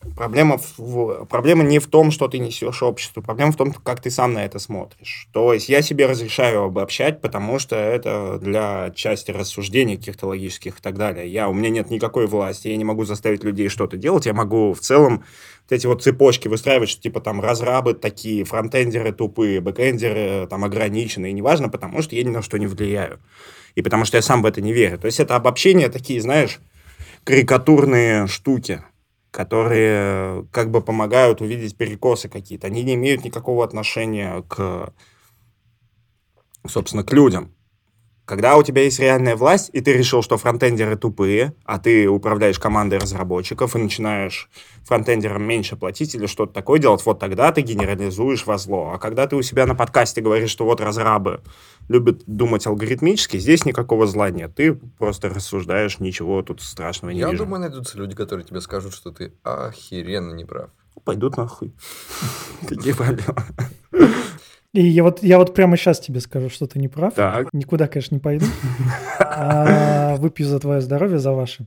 не в том, что ты несешь обществу. Проблема в том, как ты сам на это смотришь. То есть я себе разрешаю обобщать, потому что это для части рассуждений каких-то логических и так далее. У меня нет никакой власти, я не могу заставить людей что-то делать. Я могу в целом вот эти вот цепочки выстраивать, что типа там разрабы такие, фронтендеры тупые, бэкэндеры там ограниченные. Неважно, потому что я ни на что не влияю. И потому что я сам в это не верю. То есть это обобщения такие, знаешь, карикатурные штуки, которые как бы помогают увидеть перекосы какие-то. Они не имеют никакого отношения собственно, к людям. Когда у тебя есть реальная власть, и ты решил, что фронтендеры тупые, а ты управляешь командой разработчиков и начинаешь фронтендерам меньше платить или что-то такое делать, вот тогда ты генерализуешь во зло. А когда ты у себя на подкасте говоришь, что вот разрабы любят думать алгоритмически, здесь никакого зла нет. Ты просто рассуждаешь, ничего тут страшного не вижу. Я думаю, найдутся люди, которые тебе скажут, что ты охеренно неправ. Пойдут нахуй. Какие проблемы? И я вот прямо сейчас тебе скажу, что ты не прав. Так. Никуда, конечно, не пойду. Выпью за твое здоровье, за ваше.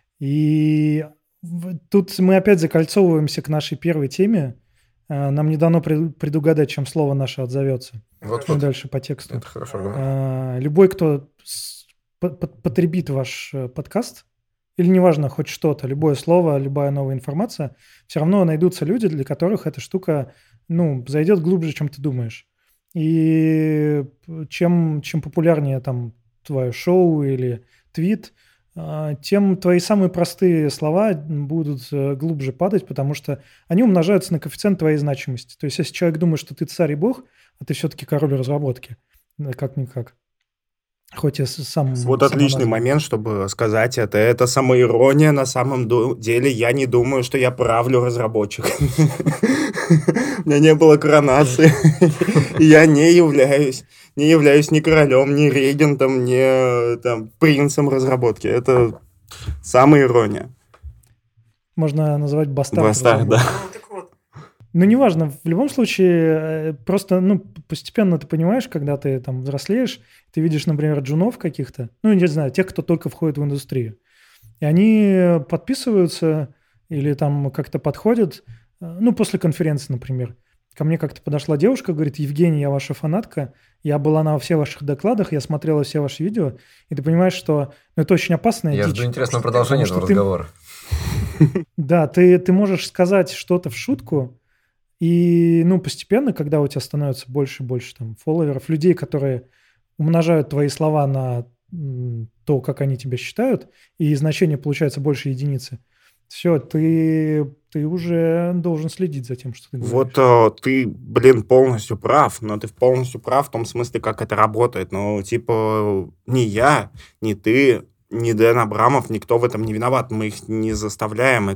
И тут мы опять закольцовываемся к нашей первой теме. Нам не дано предугадать, чем слово наше отзовется. Вот. Дальше по тексту. Это хорошо аргумент. Любой, кто потребит ваш подкаст, или неважно, хоть что-то, любое слово, любая новая информация, все равно найдутся люди, для которых эта штука, зайдет глубже, чем ты думаешь. И чем популярнее там твое шоу или твит, тем твои самые простые слова будут глубже падать, потому что они умножаются на коэффициент твоей значимости. То есть если человек думает, что ты царь и бог, а ты все-таки король разработки, как-никак. Хоть я сам... Вот отличный момент, чтобы сказать это. Это самоирония. На самом деле я не думаю, что я правлю разработчиками. У меня не было коронации. Я не являюсь ни королем, ни регентом, ни принцем разработки. Это самоирония. Можно называть бастард. Бастард, да. Неважно, в любом случае, просто, постепенно ты понимаешь, когда ты там взрослеешь, ты видишь, например, джунов каких-то, не знаю, тех, кто только входит в индустрию, и они подписываются или там как-то подходят, после конференции, например. Ко мне как-то подошла девушка, говорит: Евгений, я ваша фанатка, я была на всех ваших докладах, я смотрела все ваши видео, и ты понимаешь, что это очень опасная дичь. Я жду интересного продолжения этого разговора. Да, ты можешь сказать что-то в шутку, и, постепенно, когда у тебя становится больше и больше там фолловеров, людей, которые умножают твои слова на то, как они тебя считают, и значение получается больше единицы, все, ты уже должен следить за тем, что ты говоришь. Вот ты, полностью прав, но ты полностью прав в том смысле, как это работает. Ни я, ни ты, ни Дэн Абрамов, никто в этом не виноват. Мы их не заставляем,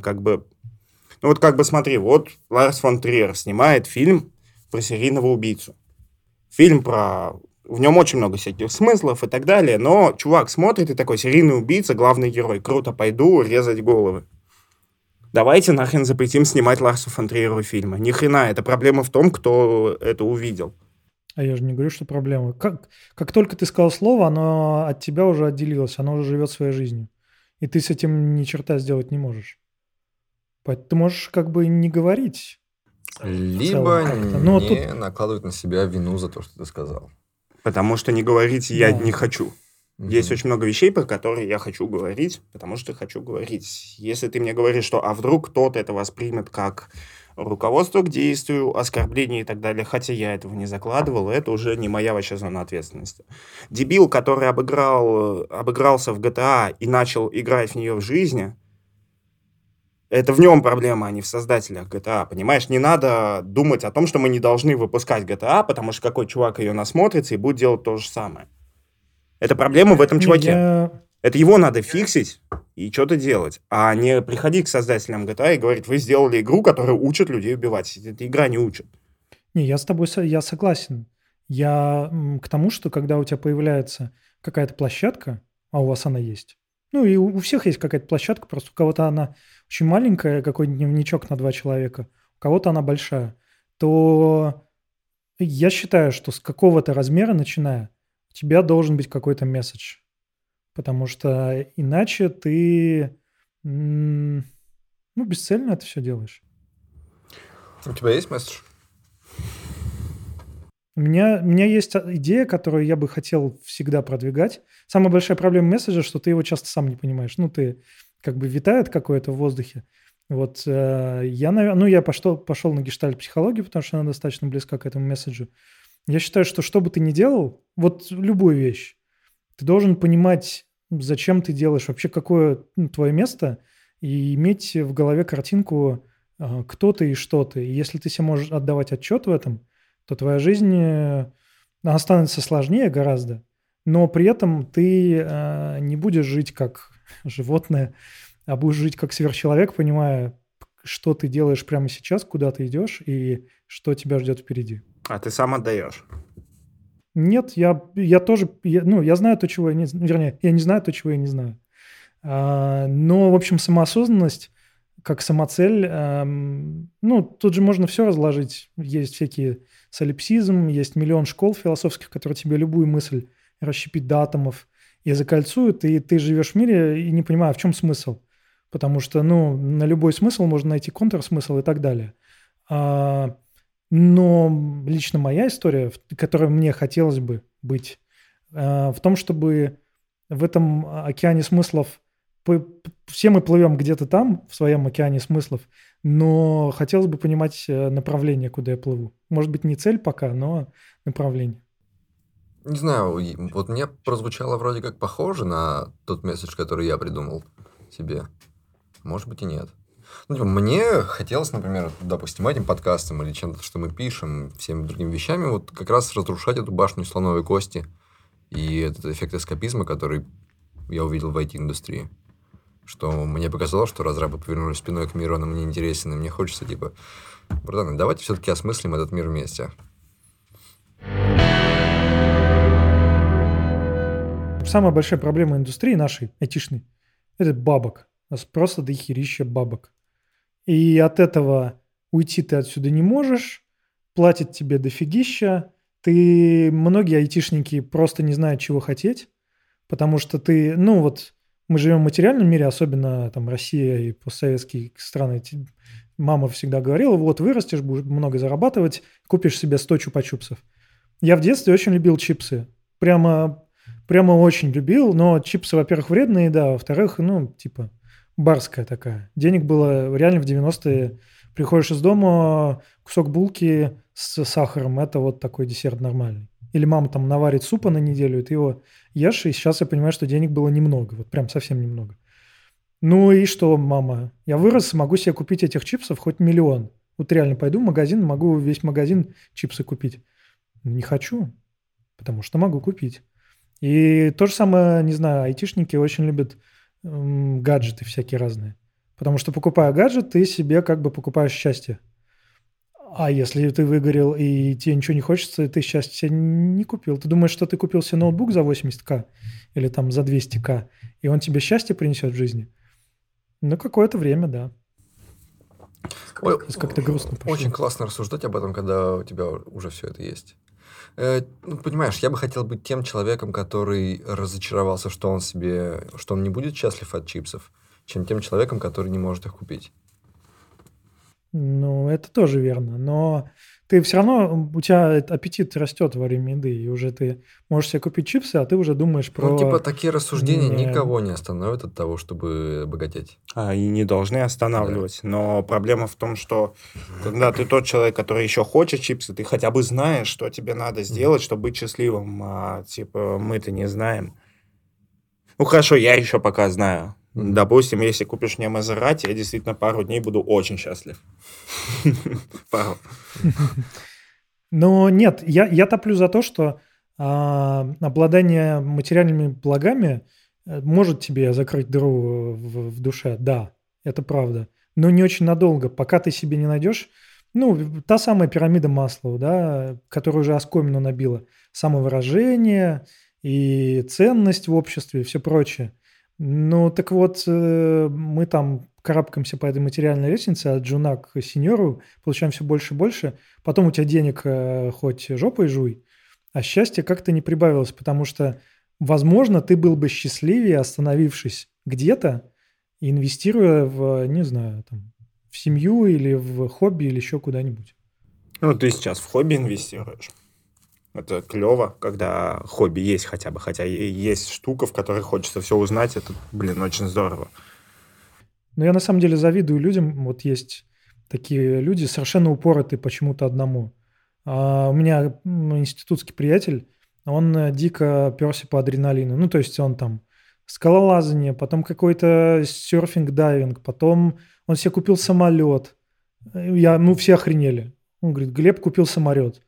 и смотри, вот Ларс фон Триер снимает фильм про серийного убийцу. Фильм в нем очень много всяких смыслов и так далее, но чувак смотрит и такой: серийный убийца, главный герой, круто, пойду резать головы. Давайте нахрен запретим снимать Ларсу фон Триеру фильмы. Ни хрена, это проблема в том, кто это увидел. А я же не говорю, что проблема. Как только ты сказал слово, оно от тебя уже отделилось, оно уже живет своей жизнью. И ты с этим ни черта сделать не можешь. Ты можешь не говорить. Либо Но не накладывать на себя вину за то, что ты сказал. Потому что не говорить «я Да. не хочу». Есть очень много вещей, про которые я хочу говорить, потому что хочу говорить. Если ты мне говоришь, что «а вдруг кто-то это воспримет как руководство к действию, оскорбление и так далее», хотя я этого не закладывал, это уже не моя вообще зона ответственности. Дебил, который обыгрался в GTA и начал играть в нее в жизни, это в нем проблема, а не в создателях GTA, понимаешь? Не надо думать о том, что мы не должны выпускать GTA, потому что какой чувак ее насмотрится и будет делать то же самое. Это проблема в этом чуваке. Это его надо фиксить и что-то делать, а не приходить к создателям GTA и говорить: вы сделали игру, которая учит людей убивать. Эта игра не учит. Не, я с тобой я согласен. Я к тому, что когда у тебя появляется какая-то площадка, а у вас она есть, ну и у всех есть какая-то площадка, просто у кого-то она очень маленькая, какой-нибудь дневничок на 2 человека, у кого-то она большая, то я считаю, что с какого-то размера начиная, у тебя должен быть какой-то месседж. Потому что иначе ты бесцельно это все делаешь. У тебя есть месседж? У меня есть идея, которую я бы хотел всегда продвигать. Самая большая проблема месседжа, что ты его часто сам не понимаешь. Ну, ты как бы витает какое-то в воздухе. Вот я пошел на гештальт-психологию, потому что она достаточно близка к этому месседжу. Я считаю, что бы ты ни делал, вот любую вещь, ты должен понимать, зачем ты делаешь, вообще какое твое место, и иметь в голове картинку, кто ты и что ты. И если ты себе можешь отдавать отчет в этом, то твоя жизнь она становится сложнее гораздо, но при этом ты не будешь жить как животное, а будешь жить как сверхчеловек, понимая, что ты делаешь прямо сейчас, куда ты идешь и что тебя ждет впереди. А ты сам отдаешь? Нет, я тоже, я знаю то, чего я не знаю, вернее, я не знаю то, чего я не знаю. Но, в общем, самоосознанность как самоцель, тут же можно все разложить. Есть всякие солипсизм, есть миллион школ философских, которые тебе любую мысль расщепит до атомов и закольцуют, и ты живешь в мире и не понимаешь, в чем смысл. Потому что, на любой смысл можно найти контрсмысл и так далее. Но лично моя история, в которой мне хотелось бы быть, в том, чтобы в этом океане смыслов все мы плывем где-то там, в своем океане смыслов, но хотелось бы понимать направление, куда я плыву. Может быть, не цель пока, но направление. Не знаю, вот мне прозвучало вроде как похоже на тот месседж, который я придумал себе. Может быть и нет. Мне хотелось, например, допустим, этим подкастом или чем-то, что мы пишем, всеми другими вещами, вот как раз разрушать эту башню слоновой кости и этот эффект эскапизма, который я увидел в IT-индустрии. Что мне показалось, что разрабы повернулись спиной к миру, он мне интересен, и мне хочется, братаны, давайте все-таки осмыслим этот мир вместе. Самая большая проблема индустрии нашей, айтишной, это бабок. У нас просто дохерища бабок. И от этого уйти ты отсюда не можешь, платят тебе дофигища. Многие айтишники просто не знают, чего хотеть, потому что мы живем в материальном мире, особенно там Россия и постсоветские страны. Мама всегда говорила, вот вырастешь, будешь много зарабатывать, купишь себе 100 чупа-чупсов. Я в детстве очень любил чипсы. Прямо очень любил, но чипсы, во-первых, вредные, да, во-вторых, барская такая. Денег было реально в 90-е. Приходишь из дома, кусок булки с сахаром, это вот такой десерт нормальный. Или мама там наварит супа на неделю, и ты его ешь, и сейчас я понимаю, что денег было немного, вот прям совсем немного. Ну и что, мама? Я вырос, могу себе купить этих чипсов хоть 1 000 000. Вот реально пойду в магазин, могу весь магазин чипсы купить. Не хочу, потому что могу купить. И то же самое, не знаю, айтишники очень любят гаджеты всякие разные. Потому что, покупая гаджет, ты себе как бы покупаешь счастье. А если ты выгорел и тебе ничего не хочется, ты счастье себе не купил. Ты думаешь, что ты купил себе ноутбук за 80к или там за 200к, и он тебе счастье принесет в жизни? Какое-то время, да. Как-то грустно пошло. Очень классно рассуждать об этом, когда у тебя уже все это есть. Понимаешь, я бы хотел быть тем человеком, который разочаровался, что он не будет счастлив от чипсов, чем тем человеком, который не может их купить. Ну, это тоже верно. Но ты все равно, у тебя аппетит растет во время еды, и уже ты можешь себе купить чипсы, а ты уже думаешь Ну, типа, про... такие рассуждения никого не остановят от того, чтобы богатеть. И не должны останавливать. Но проблема в том, что когда ты тот человек, который еще хочет чипсы, ты хотя бы знаешь, что тебе надо сделать, чтобы быть счастливым. Типа, мы-то не знаем. Ну, хорошо, я еще пока знаю. Допустим, если купишь мне Мазерати, я действительно пару дней буду очень счастлив. Пару. Но нет, я топлю за то, что обладание материальными благами может тебе закрыть дыру в душе. Да, это правда. Но не очень надолго. Пока ты себе не найдешь... Ну, та самая пирамида Маслоу, да, которая уже оскомину набила. Самовыражение и ценность в обществе и все прочее. Ну, так вот, мы там карабкаемся по этой материальной лестнице от джуна к сеньору, получаем все больше и больше. Потом у тебя денег хоть жопой жуй, а счастья как-то не прибавилось, потому что, возможно, ты был бы счастливее, остановившись где-то, инвестируя в, не знаю, там, в семью или в хобби или еще куда-нибудь. Ну, ты сейчас в хобби инвестируешь. Это клево, когда хобби есть хотя бы. Хотя есть штука, в которой хочется все узнать. Это, очень здорово. Но я на самом деле завидую людям. Вот есть такие люди, совершенно упоротые почему-то одному. У меня институтский приятель, он дико перся по адреналину. Ну, то есть он там скалолазание, потом какой-то серфинг-дайвинг, потом он себе купил самолет. Все охренели. Он говорит, Глеб купил самолет.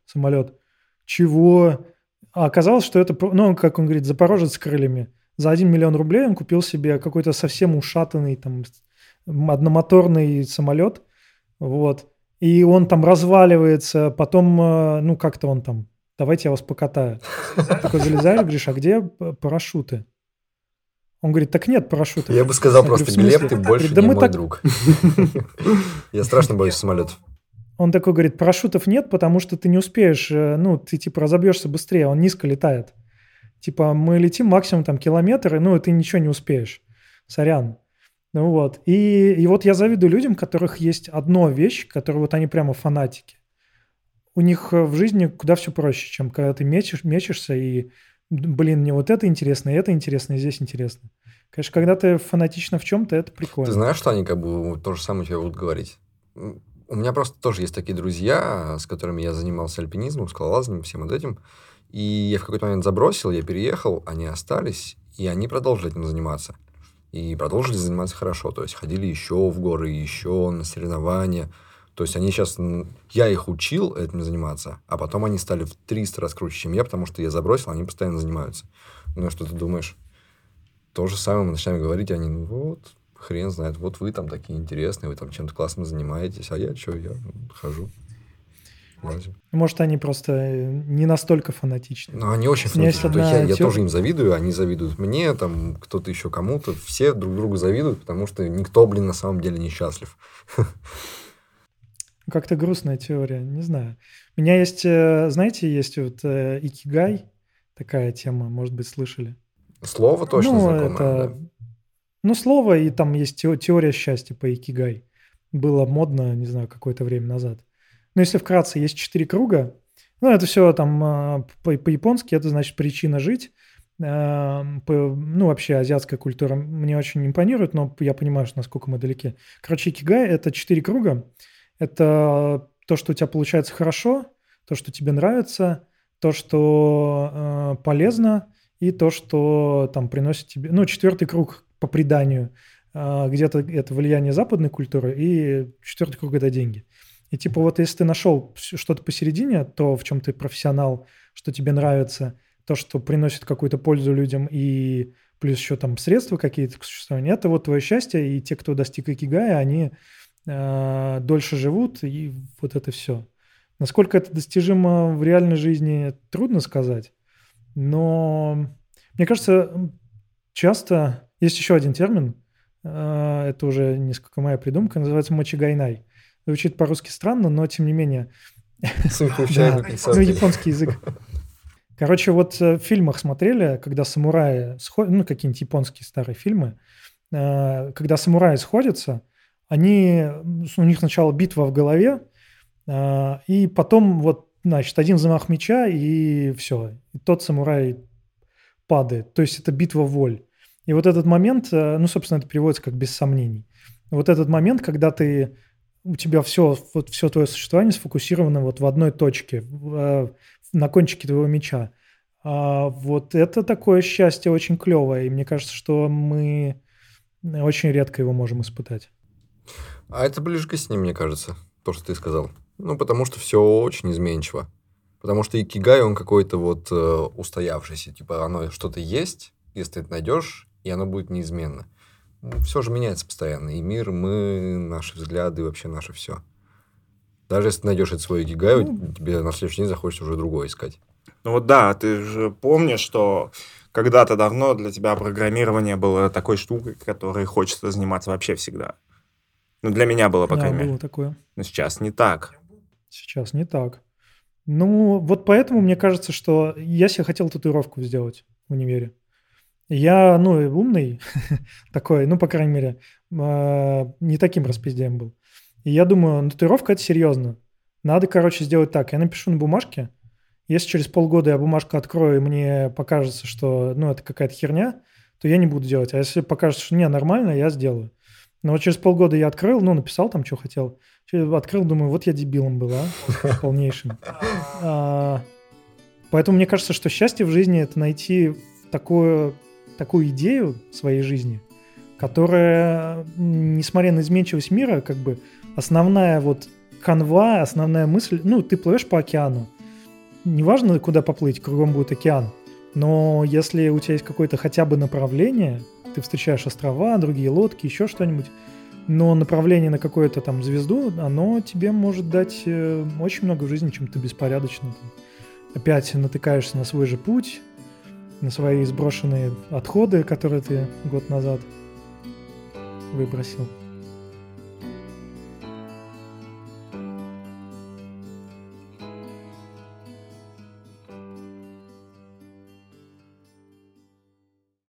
Чего? А оказалось, что это, как он говорит, запорожец с крыльями. За 1 миллион рублей он купил себе какой-то совсем ушатанный там одномоторный самолет. Вот. И он там разваливается, потом, как-то он там, давайте я вас покатаю. Такой залезаешь, говоришь, а где парашюты? Он говорит, так нет парашютов. Я бы сказал просто, Глеб, ты больше не мой друг. Я страшно боюсь самолетов. Он такой говорит, парашютов нет, потому что ты не успеешь, ты типа разобьешься быстрее, он низко летает. Типа мы летим максимум там километр, и ты ничего не успеешь. Сорян. Вот. И вот я завидую людям, у которых есть одна вещь, которую вот они прямо фанатики. У них в жизни куда все проще, чем когда ты мечешься и, мне вот это интересно, и здесь интересно. Конечно, когда ты фанатично в чем-то, это прикольно. Ты знаешь, что они как бы то же самое тебе будут говорить? У меня просто тоже есть такие друзья, с которыми я занимался альпинизмом, скалолазанием, всем вот этим. И я в какой-то момент забросил, я переехал, они остались, и они продолжили этим заниматься. И продолжили заниматься хорошо. То есть ходили еще в горы, еще на соревнования. То есть они сейчас... Я их учил этим заниматься, а потом они стали в 300 раз круче, чем я, потому что я забросил, они постоянно занимаются. Ну, что ты думаешь? То же самое мы начинаем говорить, они, хрен знает, вот вы там такие интересные, вы там чем-то классным занимаетесь, а я что, я хожу. Лазим. Может, они просто не настолько фанатичны. Ну, они очень фанатичны. Я тоже им завидую, они завидуют мне, там, кто-то еще кому-то. Все друг другу завидуют, потому что никто, на самом деле не счастлив. Как-то грустная теория, не знаю. У меня есть, знаете, есть вот икигай, такая тема, может быть, слышали? Слово точно знакомое. Да. Слово, и там есть теория счастья по икигай. Было модно, не знаю, какое-то время назад. Если вкратце, есть 4 круга. Это все там по-японски, это значит причина жить. Вообще азиатская культура мне очень импонирует, но я понимаю, насколько мы далеки. Короче, икигай – это 4 круга. Это то, что у тебя получается хорошо, то, что тебе нравится, то, что полезно, и то, что там приносит тебе... 4-й круг по преданию. Где-то это влияние западной культуры, и 4-й круг – это деньги. И типа вот если ты нашел что-то посередине, то в чем ты профессионал, что тебе нравится, то, что приносит какую-то пользу людям, и плюс еще там средства какие-то к существованию, это вот твое счастье, и те, кто достиг икигая, они дольше живут, и вот это все. Насколько это достижимо в реальной жизни, трудно сказать. Но мне кажется, часто есть еще один термин, это уже несколько моя придумка, называется мочигайнай. Звучит по-русски странно, но тем не менее. Японский язык. Короче, вот в фильмах смотрели, когда самураи сходят, какие-нибудь японские старые фильмы, когда самураи сходятся, у них сначала битва в голове, и потом вот, значит, один взмах меча, и все. И тот самурай падает. То есть это битва воль. И вот этот момент, ну, собственно, это переводится как «без сомнений». Вот этот момент, когда у тебя все твое существование сфокусировано вот в одной точке, на кончике твоего меча. Вот это такое счастье очень клевое. И мне кажется, что мы очень редко его можем испытать. А это ближе к истине, мне кажется, то, что ты сказал. Ну, потому что все очень изменчиво. Потому что икигай, он какой-то вот устоявшийся. Типа, оно что-то есть, если ты это найдешь, и оно будет неизменно. Все же меняется постоянно. И мир, мы, наши взгляды, вообще наше все. Даже если ты найдешь это свой икигай, тебе на следующий день захочется уже другое искать. Ну вот да, ты же помнишь, что когда-то давно для тебя программирование было такой штукой, которой хочется заниматься вообще всегда. Ну, для меня было, по крайней мере. Было такое. Но сейчас не так. Сейчас не так. Ну, вот поэтому мне кажется, что я себе хотел татуировку сделать в универе. Я, умный такой, по крайней мере, не таким распиздяем был. И я думаю, татуировка – это серьезно. Надо, сделать так. Я напишу на бумажке. Если через полгода я бумажку открою, и мне покажется, что, это какая-то херня, то я не буду делать. А если покажется, что не, нормально, я сделаю. Но вот через полгода я открыл, написал там, что хотел. Открыл, думаю, вот я дебилом был, полнейшим. Поэтому мне кажется, что счастье в жизни – это найти такую идею в своей жизни, которая, несмотря на изменчивость мира, основная вот канва, основная мысль, ты плывешь по океану, неважно, куда поплыть, кругом будет океан, но если у тебя есть какое-то хотя бы направление, ты встречаешь острова, другие лодки, еще что-нибудь, но направление на какую-то там звезду, оно тебе может дать очень много в жизни, чем ты беспорядочно. Опять натыкаешься на свой же путь, на свои сброшенные отходы, которые ты год назад выбросил.